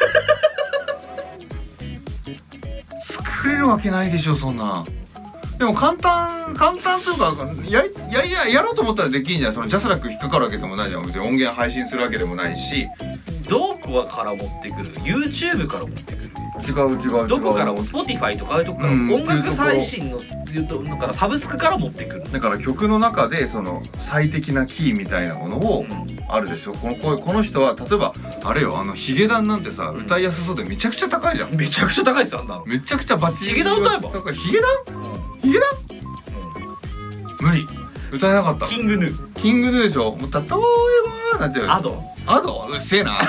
作れるわけないでしょそんな。でも簡単簡単というかやりやりややろうと思ったらできんじゃん。そのジャスラック引っかかるわけでもないじゃん。別に音源配信するわけでもないし。 どこから持ってくる YouTube から持ってくる違う違う違う。 どこからも Spotify とかああいうとこからうん音楽配信のいうとだからサブスクから持ってくるだから曲の中でその最適なキーみたいなものをうんあるでしょ。この声この人は例えばあれよあのヒゲダンなんてさうん歌いやすそうでめちゃくちゃ高いじゃん。 めちゃくちゃ高いっすよあんなのめちゃくちゃバチヒゲダン歌えば高いヒゲダンヒゲダン無理歌えなかった。 キングヌーキングヌーでしょ。もう例えばなっちゃうよ。 アドアドうっせえな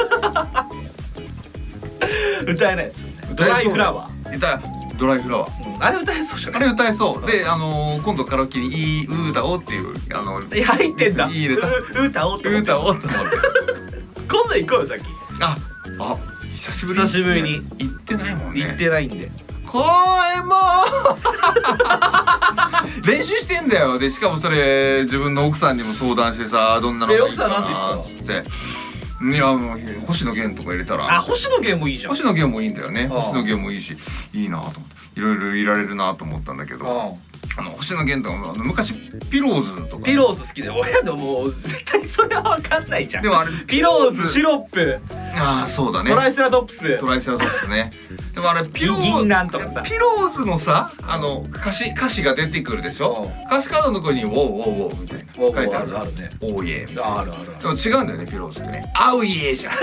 歌えないですよねドライフラワー歌ドライフラワーうんあれ歌えそうじゃないあれ歌えそうで、あのー、今度カラオケに「いいうだお」っていうあのいや入ってんだいい入れたう歌おうって思って歌おうって思って今度行こうよさっきああ久しぶり久しぶりに行ってないもんね。 行ってないんで声も練習してんだよ。でしかもそれ自分の奥さんにも相談してさどんなのがいいかえ奥さんなんてなっつっていやもう星野源とか入れたらあ星野源もいいじゃん星野源もいいんだよね。 ああ星野源もいいしいいなと思っていろいろいられるなと思ったんだけどあの星野源とかもあの昔ピローズとかピローズ好きで俺でももう絶対それは分かんないじゃんでもあれピローズシロップああそうだねトライセラトプストライセラトプスねでもあれピロー銀杏とかさピローズのさあの歌詞歌詞が出てくるでしょ。歌詞カードのところに「ウォーウォーウォー」みたいなウォーウォー書いてあるじゃんあるあるねおーイエーみたいなあるあるでも違うんだよねピローズってねあうイエーじゃん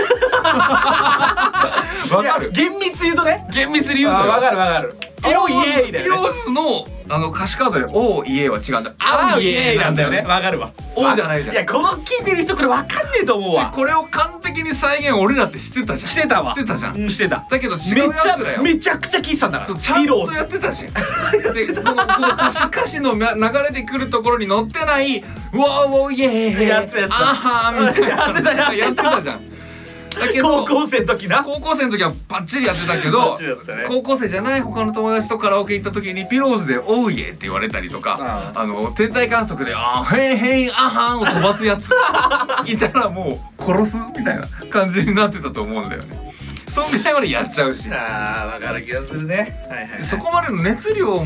わかるいや厳密に言うとね厳密に言うんだよ。 あ分かる分かるピロイエーイだピロよねーズのあの歌詞カードで「おーイエー」は違うんだよ。 ああうイエーなんだよね分かるわおじゃないじゃんいやこの聞いてる人これ分かんねえと思うわでこれを完璧に再現俺らってしてたじゃん。 してたわしてたじゃん。 うんしてただけど違うめっちゃやつだよ。 めちゃくちゃ聞いてたんだからそうちゃんピローズとやってたしでこのこの歌詞歌詞の流れてくるところに乗ってない「ウォーウォーイエーイ」 やつやつあはーみたいなやってたやってたやってたじゃん。だけど高校生の時な高校生の時はバッチリやってたけバどッチリやってたね高校生じゃない他の友達とカラオケ行った時にピローズで「おうイエー」って言われたりとかあの天体観測で「あーへいへいあはん」を飛ばすやついたらもう殺すみたいな感じになってたと思うんだよね。そんぐらいまでやっちゃうしあー分かる気がするねはいはいはいそこまでの熱量を持って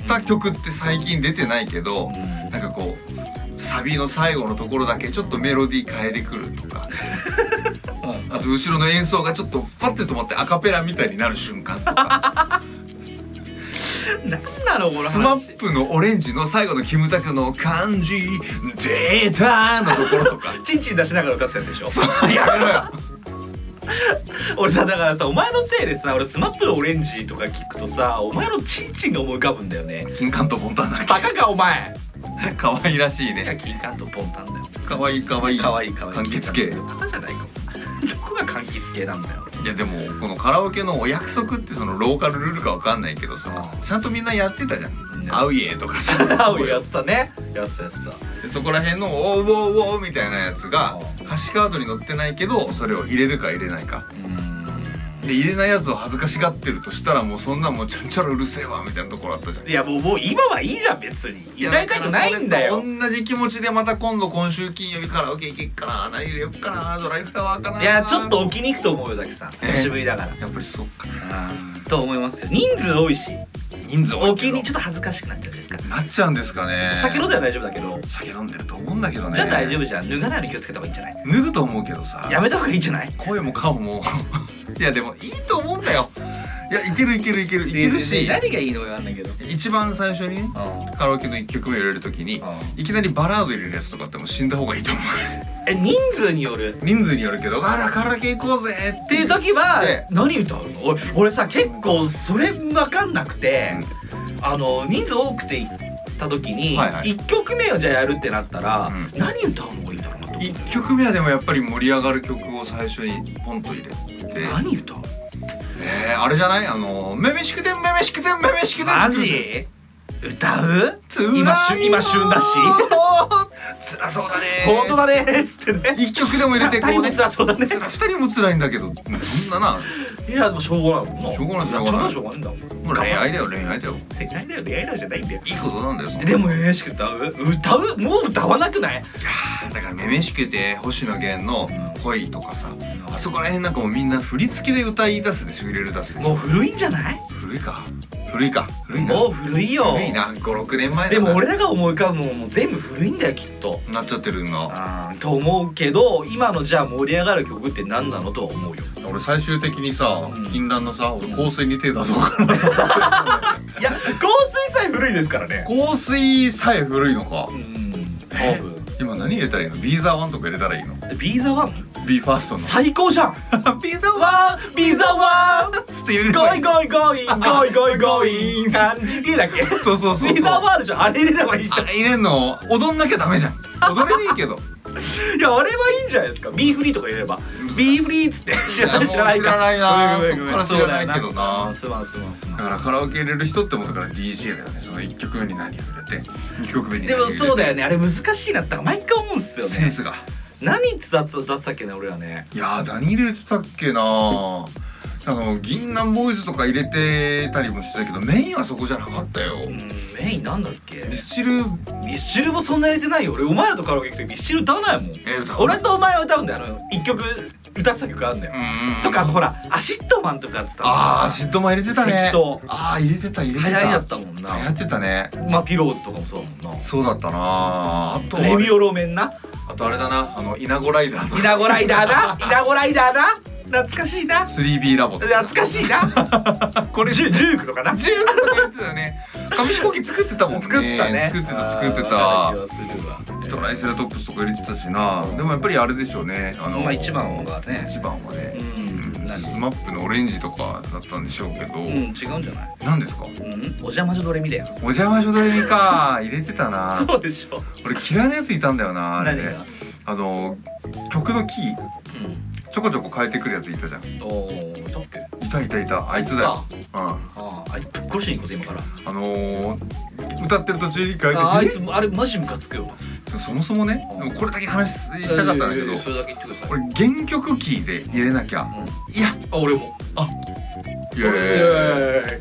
った曲って最近出てないけど、うん、なんかこうサビの最後のところだけちょっとメロディー変えてくるとかあと後ろの演奏がちょっとパッて止まってアカペラみたいになる瞬間とかなんなのこの話。 スマップのオレンジの最後のキムタクの感じデータのところとかチンチン出しながら歌ってたやつでしょ。 そうやめろよ俺さだからさお前のせいでさ俺スマップのオレンジとか聞くとさお前のチンチンが思い浮かぶんだよね。 金柑とボンタンだっけ。 バカかお前可愛いらしいね。 いや金柑とボンタンだよ。 可愛い可愛い可愛い可愛い柑橘系。 バカじゃないかどこが柑橘系なんだよ。 いやでもこのカラオケのお約束ってそのローカルルールかわかんないけどさちゃんとみんなやってたじゃん。アウイエとかさアウイエやってたね。やってたやってた。 でそこら辺のおーおーおーみたいなやつが歌詞カードに載ってないけどそれを入れるか入れないか。で入れないやつを恥ずかしがってるとしたらもうそんなもうちゃんちゃらうるせえわみたいなところあったじゃん。 いやもうもう今はいいじゃん別に。歌いたくないんだよ。 同じ気持ちでまた今度今週金曜日カラオケ行けっかな何入れよっかなドライフラワーかな。 いやちょっと置きに行くと思うよだけさん久しぶりだから。 やっぱりそっかなと思いますよ。人数多いし人数多い置きにちょっと恥ずかしくなっちゃうんですか。 なっちゃうんですかね。 酒飲んでは大丈夫だけど。 酒飲んでると思うんだけどね。 じゃあ大丈夫じゃん。脱がないように気をつけた方がいいんじゃない。 脱ぐと思うけどさやめた方がいいんじゃない。 声も顔もいやでもいいと思うんだよ。いやいけるいけるいけるいけるし何がいいのかわかんないけど一番最初にねカラオケのいっきょくめ入れるときにいきなりバラード入れるやつとかってもう死んだ方がいいと思う。 え人数による人数によるけどあらカラオケ行こうぜっていう時は何歌うの。俺俺さ結構それ分かんなくて、うん、あの人数多くて行った時に、はいはい、いっきょくめをじゃあやるってなったら、うん、何歌うのがいいんだろうなと思って。いっきょくめはでもやっぱり盛り上がる曲を最初にポンと入れて。何歌う。 えー、あれじゃないあのめめしくてめめしくてめめしくてマジ歌う今旬今旬だし辛そうだね本当だねっつってね一曲でも入れてこうね。 辛そうだね。 ふたりも辛いんだけどそんなな。 いやでもしょうがないもんな。 しょうがないしょうがない。 しょうがないんだもん。 もう恋愛だよ恋愛だよ。 恋愛だよ恋愛だよじゃないんだよ。 いいことなんだよ。 でもめめしく歌う歌うもう歌わなくない。いやだからめめしくて星野源の恋とかさあそこら辺なんかもうみんな振り付きで歌い出すでしょ入れる出す。 もう古いんじゃない。 古いか古いか古いな。 もう古いよ。 古いなごろくねんまえでも俺らが思い浮かぶもんもう全部古いんだよきっと。 なっちゃってるんだあと思うけど今のじゃあ盛り上がる曲って何なのとは思うよ。 俺最終的にさ禁断のさ俺香水に手出そうかな。 いや香水さえ古いですからね。 香水さえ古いのか。 うん多分今何入れたらいいの。ビーザーワンとか入れたらいいの。 ビーザーワンビーファーストの最高じゃん。 ビーザーワンビーザーワンつって入れる。 ゴイゴイゴイゴイゴイゴイ感じでだっけ。 そうそうそう。 ビーザーワンでしょあれ入れればいいじゃん。 入れんの踊んなきゃダメじゃん。踊れねえけど。 いやあれはいいんじゃないですか。ビーフリーとか入れればビーフリーっつって知らない知らないか。 知らないな。 そっから知らないけどな。 すまんすまんすまん。 だからカラオケ入れる人ってもだから ディージェー だよね。そのいっきょくめに何を入れてにきょくめにでもそうだよねあれ難しいなって毎回思うんですよね。 センスが何って歌ってたっけね俺らね。 いや何入れてたっけな。あの銀杏ボーイズとか入れてたりもしてたけどメインはそこじゃなかったよ。 うんメインなんだっけ。 ミスチルミスチルもそんな入れてないよ。俺お前らとカラオケ行くとミスチル歌わないもん。 え歌う。 俺とお前は歌うんだよ。あの一曲歌ってた曲あるんだよ。とかあとほらアシッドマンとかやってた。 ああアシッドマン入れてたね。 石とああ入れてた入れてた。 流行りだったもんな。 流行ってたね。 まあピローズとかもそうだもんな。 そうだったな。あとレミオロメンな。 あとあれだなあのイナゴライダーとか。 イナゴライダーなイナゴライダーな。懐かしいな。 スリービー ラボ懐かしいな。これジュークとかな。 ジュークとかやってたよね。紙飛行機作ってたもんね。 作ってたね。 作ってた作ってた。トライセラトップスとか入れてたしな。でもやっぱりあれでしょうね。あのまあ一番はね。 一番はね。スマップのオレンジとかだったんでしょうけど。うん違うんじゃない。 何ですか。 うんお邪魔女ドレミだよ。 お邪魔女ドレミか入れてたな。 そうでしょ。 俺嫌いなやついたんだよなあれね。あの曲のキーちょこちょこ変えてくるやついたじゃん。 おーいたっけ。 いたいたいたあいつだよ。うん。ああいつぶっ殺しに行こうぜ今から。 あのー、歌ってる途中に変えてあいつあれマジムカつくよ。 そもそもねでもこれだけ話したかったんだけどそれだけ言ってください。 俺原曲キーで入れなきゃ、うん、いやあ俺もあいやいやいやいや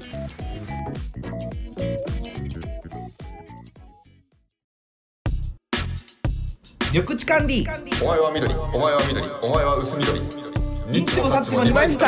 緑地管理。 お前は緑、お前は緑、お前は薄緑。 ニッチもサッチもにまいした。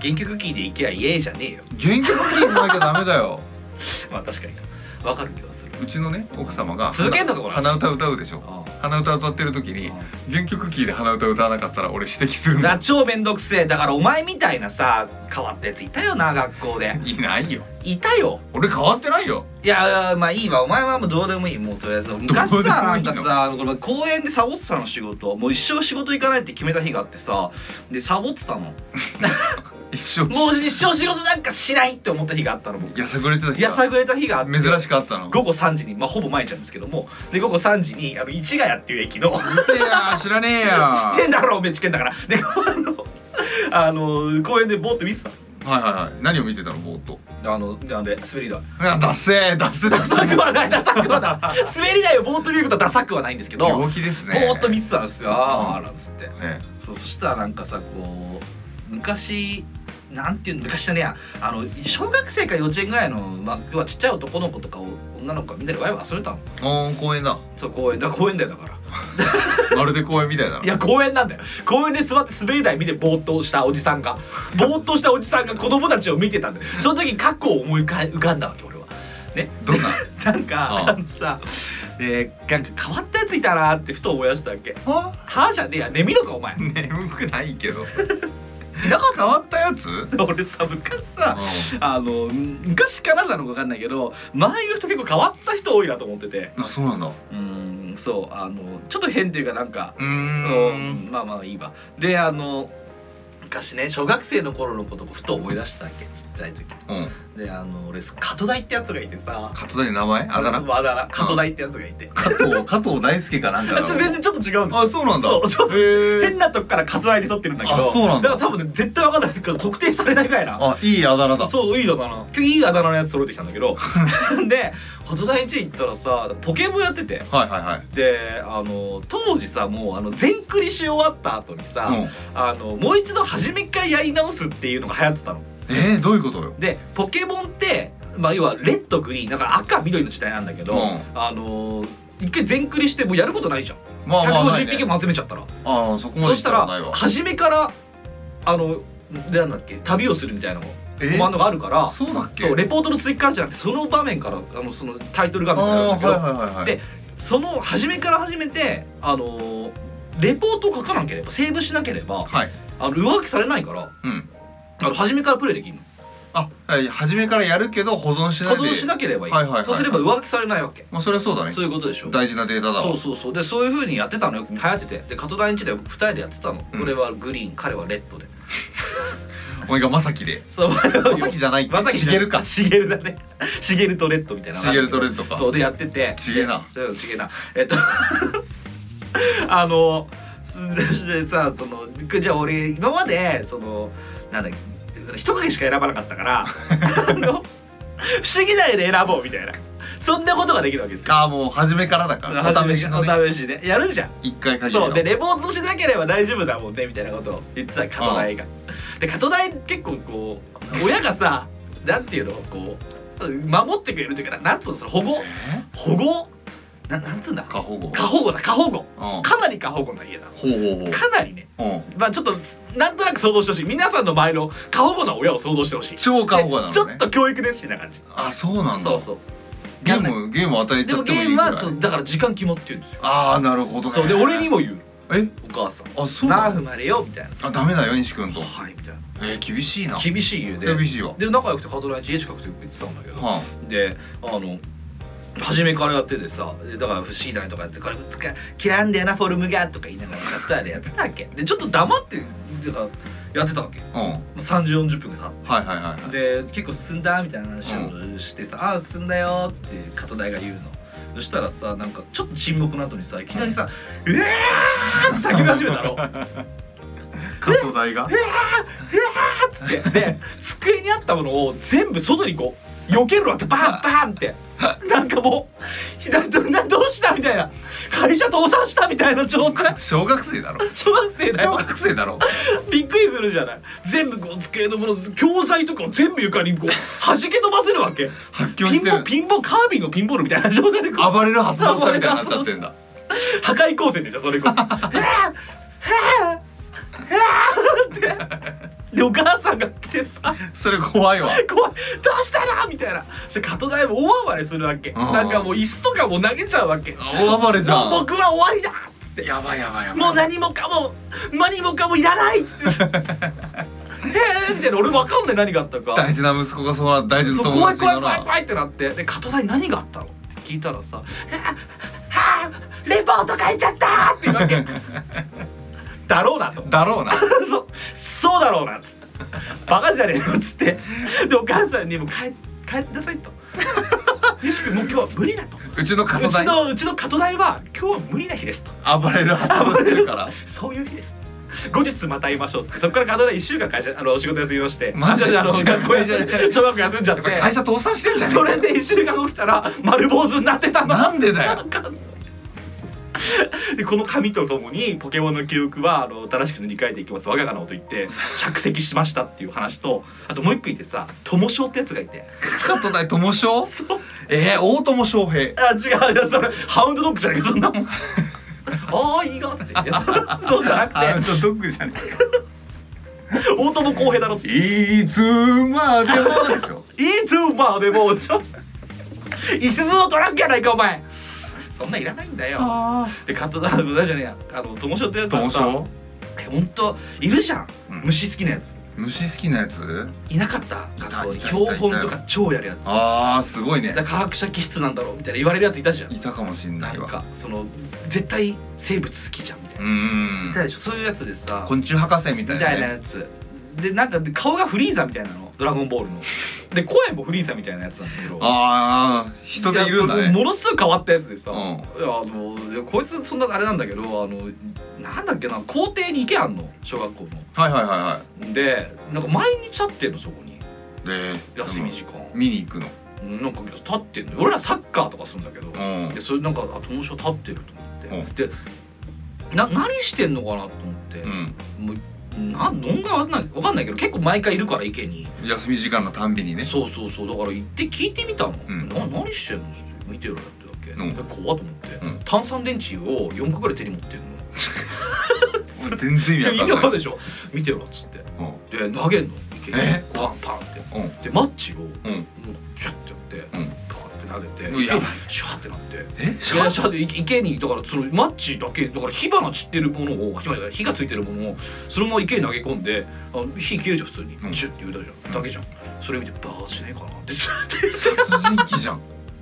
原曲キーでいけばイエーじゃねえよ。 原曲聴いてなきゃダメだよまあ確かに分かる気はする。 うちのね奥様が続けんのかこれ鼻歌歌うでしょ。鼻歌歌ってる時に原曲キーで鼻歌歌わなかったら俺指摘するんだ。 超めんどくせえ。だからお前みたいなさ変わったやついたよな学校で。 いないよ。 いたよ。 俺変わってないよ。 いやまあいいわ。お前はもうどうでもいい。もうとりあえず昔さなんかさこれ公園でサボってたの仕事。もう一生仕事行かないって決めた日があってさでサボってたの一生もう一生仕事なんかしないって思った日があったの僕。 やさぐれてた日がやさぐれた日があって珍しかったの。 午後さんじにまあほぼ毎日なんですけどもで午後さんじにあの市ヶ谷っていう駅のうせや知らねえや知ってんだろおめえ知見だからであのあの公園でボーって見てたの。 はいはいはい。何を見てたのぼーっと。 あのなんで滑り台。 いやダッセーダッセーダッセダサくはないダサくはない滑り台をボーッと見ることはダサくはないんですけど陽気ですね。 ボーッと見てたんですよ。ああなんつってねそうそしたらなんかさこう昔なんていうの昔だねあの小学生か幼稚園ぐらいの、まあ、要はちっちゃい男の子とかを女の子がみんなでワイワイ遊んでたの。 おー公園だ。 そう公園だ公園だよだからまるで公園みたいだな。 いや公園なんだよ。公園で座って滑り台見てぼーっとしたおじさんがぼーっとしたおじさんが子供たちを見てたんだよ。その時過去を思い浮かんだわけ俺はね。 どんななんかあああのさえー、なんか変わったやついたなってふと思い出したわけ。 ははあじゃねえやねみろかお前。 眠くないけどいなかっ変わったやつた俺さ昔さあの昔からなのか分かんないけど周りの人結構変わった人多いなと思ってて。 あそうなんだ。 うーんそうあのちょっと変っていうかなんかうーうんんまあまあいいわ。であの昔ね小学生の頃のことをふと思い出したわけちっちゃい時うんであの俺加藤大ってやつがいてさ加藤大の名前あだ名あだ名加藤大ってやつがいて加藤加藤大輔かなんかだろあちょ全然ちょっと違うんですよ。 あそうなんだ。 そうちょっとへー変なとこから加藤大で撮ってるんだけどあそうなんだだから多分ね絶対分かんないけど特定されないぐらいな。 あいいあだ名だ。 そういいあだ名今日いいあだ名のやつ揃えてきたんだけどで加藤大ん家行ったらさポケモンやっててはいはいはい。 であの当時さもうあの全クリし終わった後にさ、 うんあのもう一度初めからやり直すっていうのが流行ってたの。 えー、どういうことよ。 でポケモンってまあ要はレッドグリーンだから赤緑の時代なんだけど、 うんあの一回全クリしてもうやることないじゃん。 まあまあないひゃくごじゅっぴきね。 も集めちゃったら。 ああそこまでいっそしたらたらないわ。 初めからあのなんだっけ旅をするみたいなのえコマンドがあるから。 そうだっけ。 そうレポートの追加からじゃなくてその場面からあのそのタイトル画面があるんだけど、 あーはいはいはいはい。 でその初めから始めてあのーレポートを書かなければセーブしなければはい。 あの上書きされないからうん。 あの初めからプレイできるの。 あはい初めからやるけど保存しないで。 保存しなければいい、 はいはいはいそうすれば上書きされないわけ。 まあそれはそうだね。 そういうことでしょ。 大事なデータだわ。 そうそうそうでそういう風にやってたのよく流行っててで加藤大んちでふたりでやってたの、 うん俺はグリーン彼はレッドでお前がまさきで。 そうまさきじゃないって。 まさきしげるか。 しげるだねしげるとレッドみたいなのがあるしげるとレッドか。 そうでやっててちげえな。 うんちげえなえっとあのでさそのじゃあ俺今までそのなんだ一影しか選ばなかったからあの不思議な絵で選ぼうみたいなそんなことができるわけですよ。 ああもう初めからだから。お試しのね。 お試しでやるじゃん。 一回限りの。 そうでレポートしなければ大丈夫だもんねみたいなことを言ってた加藤大が。で加藤大結構こう親がさなんていうのこう守ってくれるというかなんつうのその保護え保護ななんつうんだ過保護。 過保護だ過保護うん。 かなり過保護な家だ。 ほうほうほう。 かなりねうん。 まあちょっとなんとなく想像してほしい。皆さんの前の過保護な親を想像してほしい。 超過保護なのね。 ちょっと教育熱心な感じ。 あそうなんだ。 そうそう。 ゲームゲーム与えちでもゃってゲームはもいいぐらい。 ちょっとだから時間決まってるんですよ。 ああなるほどね。 そうで俺にも言うえお母さんあそうなの。 何分までよみたいな。 あダメだよ西君と。 はいみたいな。 えー、厳しいな。 厳しい家で厳しいわ。 で仲良くてカトライチ家近くてよく行ってたんだけど、 はであの初めからやっててさだから不思議だねとかやってこれつか嫌んだよなフォルムがとか言いながらふたりでやってたわけでちょっと黙っててかやってたわけあ。うん。 もうさんじゅうよんじゅっぷんが経ってはいはいはいはい。 で結構進んだみたいな話をしてさ「ああ進んだよ」って加藤大が言うの。そしたらさなんかちょっと沈黙の後にさいきなりさ「うわー!」って叫び始めたの。 加藤大が。 っつってで机にあったものを全部外にこう避けるわけバンバンってなんかもうななどうしたみたいな会社倒産したみたいな状態。 小学生だろ。 小学生だ小よ。 学生だろ。 びっくりするじゃない。全部こう机のもの教材とかを全部床にこう弾け飛ばせるわけ。 発狂ピンボしてる。 ピンボカービンのピンボールみたいな状態でこう暴れる発動したみたいになっちゃってんだ。 破壊光線ですよそれこそ。はぁはぁはぁってでお母さんが来てさそれ怖いわ。 怖いどうしたのみたいな。そしてカトダイも大暴れするわけ。なんかもう椅子とかも投げちゃうわけ。 大暴れじゃん。 もう僕は終わりだってやばいやばいやばい。 もう何もかも何もかもいらないっつってえーみたいな。俺分かんない何があったか。 大事な息子がそうな大事なそう友怖い怖い達がな。 怖い怖いってなって、でカトダイ何があったのって聞いたらさ、はあレポート書いちゃったって言うわけだろうなとだろうな。 そうそうだろうなっつってバカじゃねえのっつって、でお母さんにも帰帰ってなさいと西君もう今日は無理だと、 うちのカトうちダイのうちのカトダイは今日は無理な日ですと、 暴れる発動してるから。 そういう日です。後日また会いましょうっつって、そこからカトダイいっしゅうかん会社あの仕事休みまして、 マジであの学校休ん小学校休んじゃっやってぱ会社倒産してんじゃん。 それでいっしゅうかん起きたら丸坊主になってたの。 なんでだよ。 わかんないでこの紙とともにポケモンの記憶はあの正しく塗り替えていきます我が家のこと言って着席しましたっていう話と、あともう一個いてさ、友章ってやつがいて、 カトダイ友章。 そうえー、大友翔平。 あ違ういやそれハウンドドッグじゃないかそんなもんああいいがっつって、いやそそうじゃなくてハウンドドッグじゃねえか。 大友康平だろっつっていつまでもでしょ。 いつまでもちょいすずのトラックやないかお前、そんなんいらないんだよ。でカットダウンじゃねえや、あの友章ってやつはさ、 友章。 えほんといるじゃん、 うん虫好きなやつ虫好きなやつ。 いなかった学校にいたいたいた標本とか超やるやつ、 あーすごいね。 だから科学者気質なんだろうみたいな言われるやついたじゃん。 いたかもしんなわ。 ないんかその絶対生物好きじゃんみたいうな、 ーんいたでしょそういうやつでさ、 昆虫博士みたいみたいななね。 やつで、なんか顔がフリーザみたいなの、ドラゴンボールので声もフリーザみたいなやつなんだけど、 ああ人でいるんだね。 いやそのものすごい変わったやつでさ、 うんいやあのいやこいつそんなあれなんだけど、あのなんだっけな、校庭に池あんの小学校はいはいはいはので、なんか毎日立ってんのそこにい。で休み時間見に行くの。 なんか立ってんの。俺らサッカーとかするんだけど、 うんでそれなんかあ友達立ってると思って、 うでな何してんのかなと思って、 うんもうなどんがわかんないわかんないけど結構毎回いるから池に、 休み時間のたんびにね。 そうそうそう、だから行って聞いてみたの、 うんな何してんのって見てよってわけ、 うんえ怖っと思って、 うん炭酸電池をよんこぐらい手に持ってんの全然意いや意味味わかんない。 わかんないでしょ、見てよっつってうんで投げんの池にえパンパンってうんでマッチをうんもうシャッてやって、 うんパンって投げてうんやばいシュワってなってえいやシャッて池にだからそのマッチだけだから火花散ってるものを火花火がついてるものをそのまま池に投げ込んで、あ火消えるじゃん普通に、 うんシュッて言うたじゃん、 うんだけじゃん。それ見てバカしねえかなってずっと言って殺人鬼じゃん。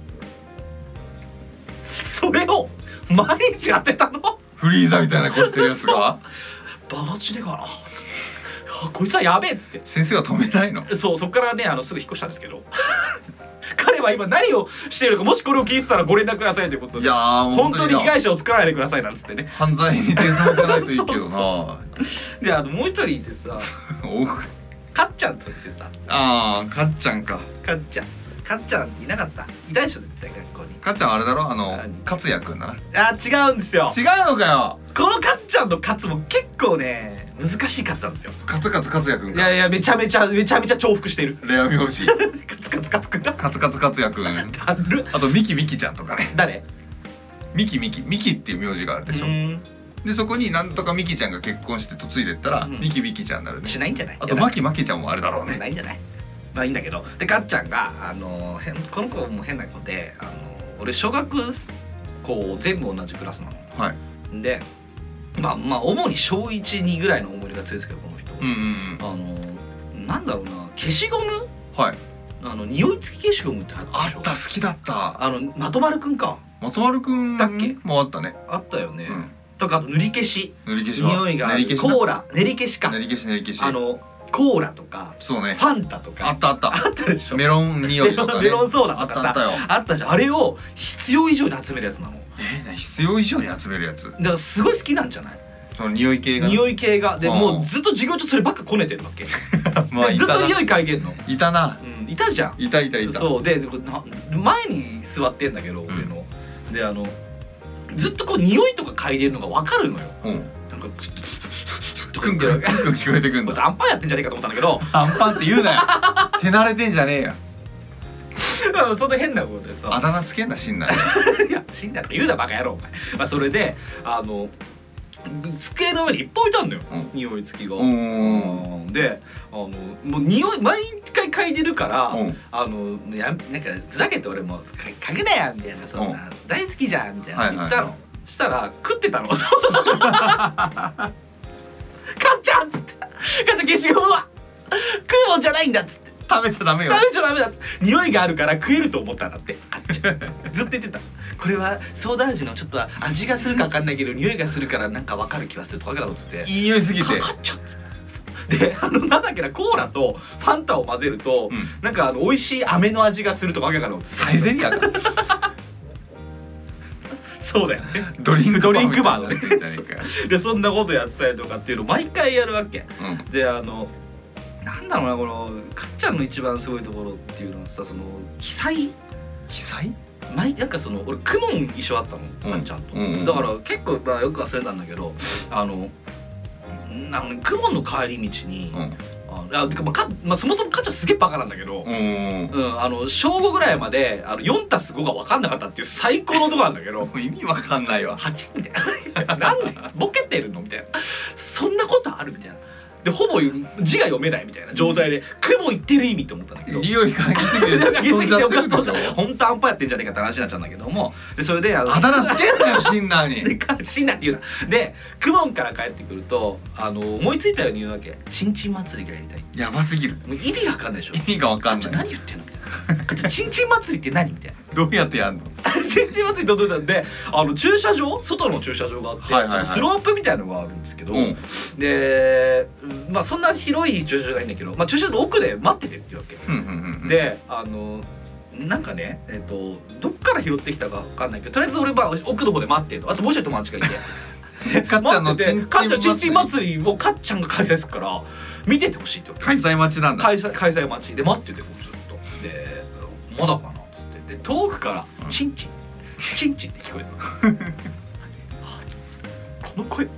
それを毎日やってたの。 フリーザみたいな顔してるやつが。 バカしねえかなっつってあこいつはやべえっつって先生は止めないの。 そうそっからねあのすぐ引っ越したんですけど彼は今何をしているのか、もしこれを聞いてたらご連絡くださいということで、 いやー本本当に当に被害者を作らないでくださいなんつってね。 犯罪に手染まってないといいけどな。 であのもう一人いてさおうかっちゃんとってさ、 あーかっちゃんか。 かっちゃんかっちゃんいなかった、いたでしょ絶対学校に。 かっちゃんあれだろあの何勝也くんだな。 あ違うんですよ、 違うのかよ。 このかっちゃんのカツも結構ね難しいカツなんですよ。 カツカツ勝也くんか。 いやいやめちゃめちゃめちゃめちゃ重複しているレア名字。 カツカツカツくんがカツカツ勝也くん。 だるあとミキミキちゃんとかね。 誰ミキミキミキっていう名字があるでしょ。 うんでそこになんとかミキちゃんが結婚して嫁いでったら、 うんミキミキちゃんになるね。 しないんじゃない。 あとマキマキちゃんもあれだろうね。 ないんじゃない。まあいいんだけど、でかっちゃんがあの変この子も変な子で、あの俺小学校全部同じクラスなのはい。 で、まあまあ主に小いちにぐらいの思い出が強いですけどこの人、 うんうんあのなんだろうな、消しゴム、 うん。はい。 あの匂い付き消しゴムってあったでしょ。 あった好きだった。 あのまとまるくんかまとまるくんだっけもあったね。 あったよね、 うんとかあと塗り消し、 塗り消しは。 匂いがある練り消しなコーラ練り消しか、 練り消し練り消し。 あのコーラとかそうねフ。ァンタとかあったあった。 あったでしょ。 メロン匂いとかね。 メロンソーダとかさあったあったよ。 あったじゃん。あれを必要以上に集めるやつなの。 えー、必要以上に集めるやつ。 だからすごい好きなんじゃない。 その匂い系が。 匂い系がでうんもうずっと授業中そればっかこねてるわけ。 まあいたな。 でずっと匂い嗅いでんの。 いたな。 うん、いたじゃん。 いたいたいた。 そうででこれな前に座ってんだけど俺の、であのずっとこう匂いとか嗅いでるのが分かるのよ。 うん。 なんかとかクン言ってクンクンクン聞こえてくんだ。 こいつアンパンやってんじゃねえかと思ったんだけどアンパンって言うなよ。手慣れてんじゃねえよ。 そんな変なことでさあだ名つけんなしんない。 いや死んだとか言うなバカ野郎お前、まあ、それであの机の上にいっぱい置いてあるのよ、 うん、 匂い付きが。 うん、 であのもう匂い毎回嗅いでるから、 うん、 あのやなんかふざけて俺も嗅ぐなやみたいな、そんな、うん、大好きじゃんみたいな言ったの、はいはいはい、したら食ってたのかっちゃんっつってかっちゃん消しゴムは食うもんじゃないんだっつって食べちゃダメよ食べちゃダメだって匂いがあるから食えると思ったんだってかっちゃんずっと言ってた。これはソーダ味のちょっと味がするか分かんないけど匂いがするからなんか分かる気がするとかだろっつっていい匂いすぎてかっちゃんっつってであのなんだっけなコーラとファンタを混ぜると、うん、なんかあの美味しい飴の味がするとかわけかのサイゼリアかそうだよねドリンクドリンクバーのねでそんなことやってたりとかっていうのを毎回やるわけ、うん、であのなんだろうなこのかっちゃんの一番すごいところっていうのはさその記載記載毎なんかその俺クモン一緒だったの、かっちゃんと、うんうんうん、だから結構まあよく忘れたんだけどあのなんかクモンの帰り道に、うん、あてか、まあかまあ、そもそもかっちゃんすげえバカなんだけど、うんうんうん、あの小ごぐらいまであの よんたすご が分かんなかったっていう最高のとこなんだけど意味分かんないわはちみたいななんでボケてるのみたいなそんなことあるみたいなでほぼ字が読めないみたいな状態で「雲言ってる意味」って思ったんだけど匂い嗅ぎすぎて嗅ぎすぎてよかったほんとアンパやってんじゃねえかって話になっちゃうんだけどもでそれであのあだ名つけんなよシンナーにシンナーって言うなでクモンから帰ってくるとあの思いついたように言うわけチンチン祭りがやりたいやばすぎるもう意味が分かんないでしょ意味が分かんない何言ってんのみたいなチンチン祭りって何みたいなどうやってやんのチンチン祭りどうなんであの駐車場外の駐車場があって、はいはいはい、ちょっとスロープみたいなのがあるんですけど、うん、でまあそんな広い駐車場がないんだけど、まあ、駐車場の奥で待っててっていうわけ、うんうんうんうん、であのなんかね、えっと、どっから拾ってきたか分かんないけどとりあえず俺は奥の方で待ってるとあともう一人友達がいてかっちゃんのチンチン祭りをかっちゃんが開催するから見ててほしいって開催待ちなんだ開催開催待ちで待っててずっとでまだかなっつってで遠くからチンチン、うん、チンチンって聞こえるこの声で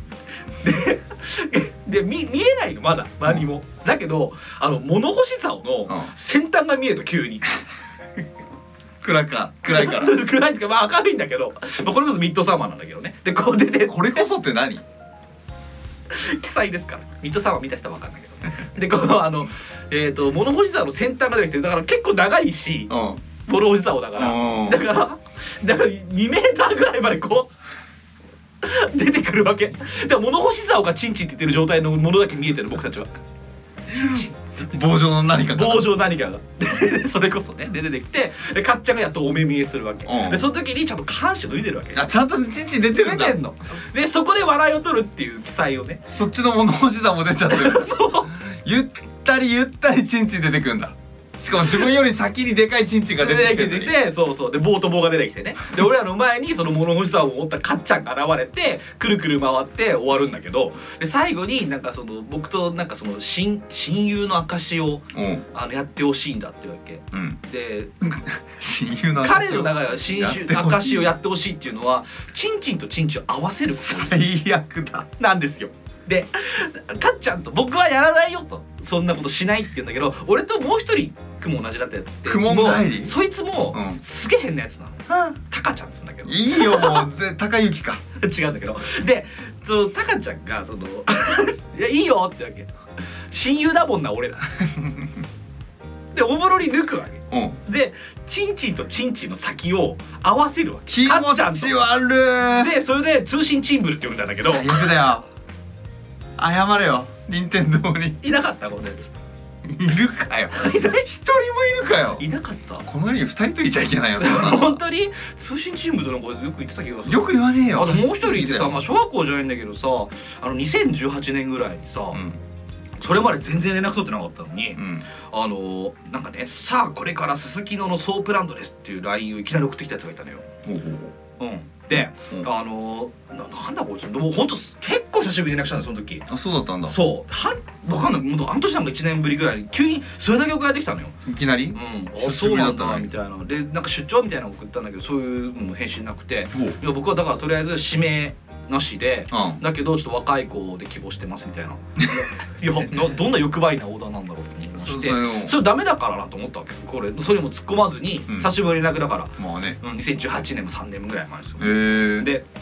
で 見, 見えないのまだ何も、うん、だけどあの物干し竿の先端が見えると急に暗か暗いから暗いっていうかまあ明るいんだけど、まあ、これこそミッドサマーなんだけどねでこう出てこれこそって何記載ですからミッドサマー見た人は分かんないけどでこのあのえっ、ー、と物干し竿の先端が出てきてだから結構長いし、うん、物干し竿だからだからだからにメーターぐらいまでこう出てくるわけで物干し竿がチンチンって言ってる状態のものだけ見えてる僕たちは棒状の何かが棒状何かがそれこそねで出てきてかっちゃんがやっとお目見えするわけ、うん、でその時にちゃんと下半身を脱いでるわけあちゃんとチンチン出てるんだ出てんのでそこで笑いを取るっていう記載をねそっちの物干し竿も出ちゃってるそうゆったりゆったりチンチン出てくんだしかも自分より先にでかいチンチンが出てきて出てきてそうそうで棒と棒が出てきてねで俺らの前にその物干し竿を持ったかっちゃんが現れてくるくる回って終わるんだけどで最後になんかその僕となんかその親親友の証を、うん、あのやってほしいんだっていうわけ、うん、で親友の彼の中では親友証をやってほしいっていうのはチンチンとチンチンを合わせる最悪だなんですよでかっちゃんと僕はやらないよとそんなことしないって言うんだけど俺ともう一人クモ同じだったやつってクモン帰りそいつも、うん、すげえ変なやつなの、うん、タカちゃんっつうんだけどいいよもうぜタカユキか違うんだけどでそのタカちゃんがそのいやいいよってわけ親友だもんな俺らでおもろに抜くわけ、うん、でチンチンとチンチンの先を合わせるわけ気持ち悪いでそれで通信チンブルって呼んだんだけど最悪だよ謝れよ任天堂にいなかったこのやついるかよ一人もいるかよいなかったこの世に二人といちゃいけないよ本当に通信チームとなんかよく言ってた気がするよく言わねえよあともう一人いてさ、まあ、小学校じゃないんだけどさあのにせんじゅうはちねんぐらいにさ、うん、それまで全然連絡取ってなかったのに、うん、あのなんかねさあこれからすすきののソープランドですっていう ライン をいきなり送ってきたやつがいたのよほうほうほううんで、うん、あのななんだこいつもうほんと結構久しぶりに連絡したんだその時あそうだったんだそうは分かんないもう半年なんかいちねんぶりぐらいに急にそれだけ送られてきたのよいきなりうんあそうなんだみたいなでなんか出張みたいなの送ったんだけどそういうのも返信なくていや僕はだからとりあえず指名なしで、うん、だけどちょっと若い子で希望してますみたいないやなどんな欲張りなオーダーなんだろうって思いましてそ, それダメだからなと思ったわけですこれそれも突っ込まずに、うん、久しぶりに連絡だから、 まあねうん、にせんじゅうはちねんもさんねんぐらい前ですよへえで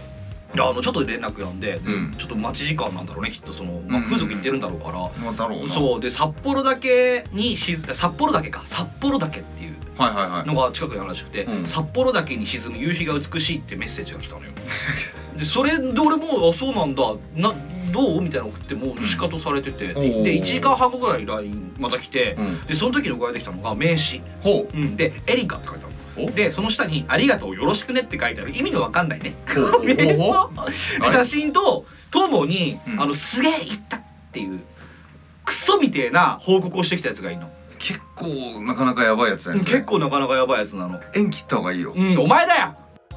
であのちょっと連絡やんで、でうんちょっと待ち時間なんだろうねきっとその、まあ、 うん風俗行ってるんだろうから、 まあだろうな。 そうで札幌岳にしず札幌岳か札幌岳っていうはいはいはい。 のが近くにあるらしくて、 うん札幌岳に沈む夕日が美しいってメッセージが来たのよでそれで俺もあそうなんだなどうみたいなの送ってもうシカトされてて、 うんでいちじかんはんごぐらい ライン また来て、 うんでその時に送られてきたのが名刺、 ほう。 うん、でエリカって書いてあるおでその下に「ありがとうよろしくね」って書いてある意味のわかんないねほうほう名刺のあれ写真とともに、 うんあのすげえ行ったっていうクソみてえな報告をしてきたやつがいるの、 結構なかなかやばいやつだね。 結構なかなかやばいやつなの。 縁切った方がいいよ。 うんお前だよ。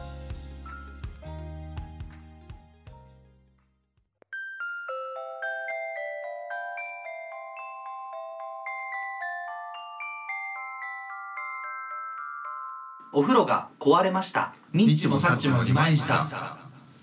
お風呂が壊れました。ニッチもサッチも二枚した。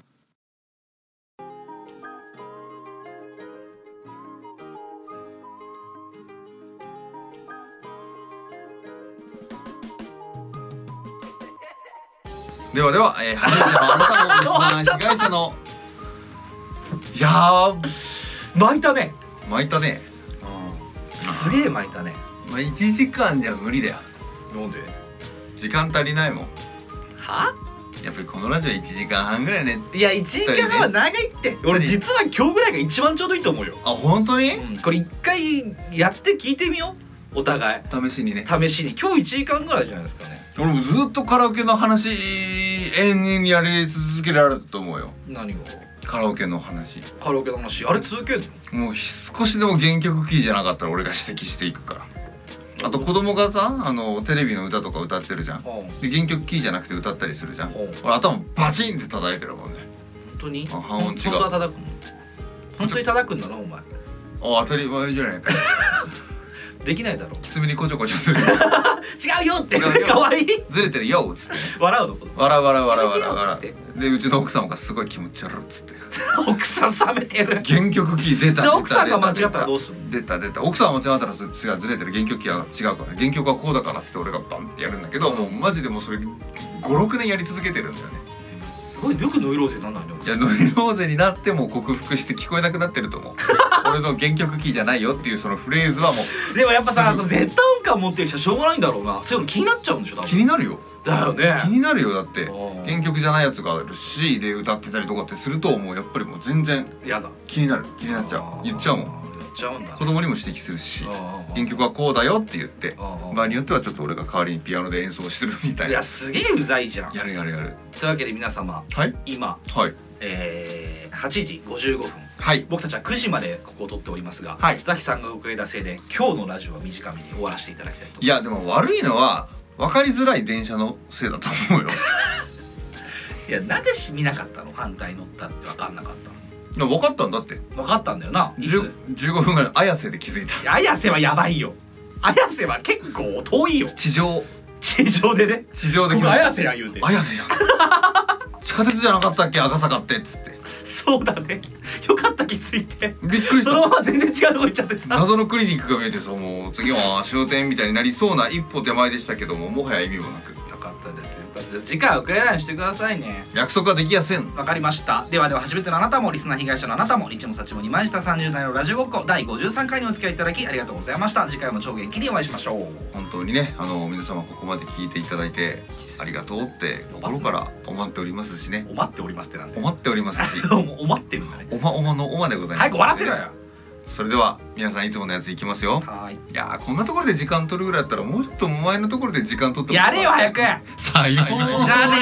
ではでは、えー、初めてのあなたのリスナー被害者のいやー巻いたね。 巻いたね。 すげえ巻いたね。 まあいちじかんじゃ無理だよ。 なんで？ 時間足りないもん。 は？ やっぱりこのラジオいちじかんはんぐらいね。 いやいちじかんは長いって。俺実は今日ぐらいが一番ちょうどいいと思うよ。 あ本当に？ うん、これ一回やって聞いてみよう。お互い試しにね。 試しに今日いちじかんぐらいじゃないですかね。 俺もずっとカラオケの話延々にやり続けられると思うよ。 何が？ カラオケの話。 カラオケの話あれ続けるの？ もう少しでも原曲キーじゃなかったら俺が指摘していくから。あと子供がさあのテレビの歌とか歌ってるじゃん。 本で原曲キーじゃなくて歌ったりするじゃん。 ほう俺頭バチンって叩いてるもんね。 当に？ あ半音違う本当は叩くの？本当に叩くんだなお前。 あ当たり前じゃないか。 できないだろ。 きつめにこちょこちょする。 違うよって違うよ可愛いずれてるよっつってね。 笑うの？ 笑う笑う笑う笑う笑ってう。でうちの奥さんがすごい気持ち悪いっつって。 奥さん冷めてる。 原曲キー出た。 じゃあ奥さんが間違出ったらどうするの？ 出た出た。奥さんは間違ったらそ違うずれてる原曲キーは違うから原曲はこうだからっつって俺がバンってやるんだけど、もうマジでもうそれごろくねんやり続けてるんだよね。 すごいよくノイローゼなんないね。 いやノイローゼになっても克服して聞こえなくなってると思う。俺の原曲キーじゃないよっていうそのフレーズはもうでもやっぱさ、その絶対音感持ってる人はしょうがないんだろうな。そういうの気になっちゃうんでしょ多分。 気になるよ。 だよね。 気になるよ。だってうん原曲じゃないやつがあるしで歌ってたりとかってするともうやっぱりもう全然やだ。 気になる気になっちゃう。言っちゃうもん。 言っちゃうんだ。 子供にも指摘するしああ原曲はこうだよって言ってああ場合によってはちょっと俺が代わりにピアノで演奏するみたいな。 いやすげえうざいじゃん。 やるやるやる。 というわけで皆様はい今、 はいえー、はちじごじゅうごふん。 はい僕たちはくじまでここを撮っておりますが、 はいザキさんが遅れたせいで今日のラジオは短めに終わらせていただきたいと思いいます。 やでも悪いのは分かりづらい電車のせいだと思うよ。 いやなんで見なかったの？反対乗ったって分かんなかったの？ いや分かったんだって分かったんだよな。いじゅつ？ じゅうごふんぐらい綾瀬で気づいた。 いや綾瀬はやばいよ。綾瀬は結構遠いよ。 地上地上でね。 地上で気づいた。 僕綾瀬や言うて。 綾瀬じゃん。地下鉄じゃなかったっけ赤坂ってっつってそうだね。よかった気づいて。 びっくりしそのまた。 ま全然違うとこ行っちゃってさ。 謎のクリニックが見えてさもう次は終点みたいになりそうな一歩手前でしたけどももはや意味もなくよかったですよ。よかったです。次回は遅れないようにしてくださいね。 約束ができやせん。 わかりました。ではでは初めてのあなたもリスナー被害者のあなたも日もさちもにまいしたさんじゅう代のラジオごっこだいごじゅうさんかいにお付き合いいただきありがとうございました。次回も超元気にお会いしましょう。 本当にねあの皆様ここまで聞いていただいてありがとうって心から思っておりますしね。 お待っておりますってなんで。 思っておりますしお待ってるんだね。 おまおまのおまでございます、 早く終わらせろよ。 それでは皆さんいつものやついきますよ。 はーい。 いやーこんなところで時間取るぐらいだったらもうちょっと前のところで時間取ってもやれよ早く。 さようなら。 じゃあね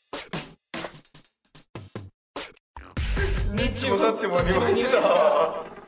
ー。 ニッチもサッチもありました。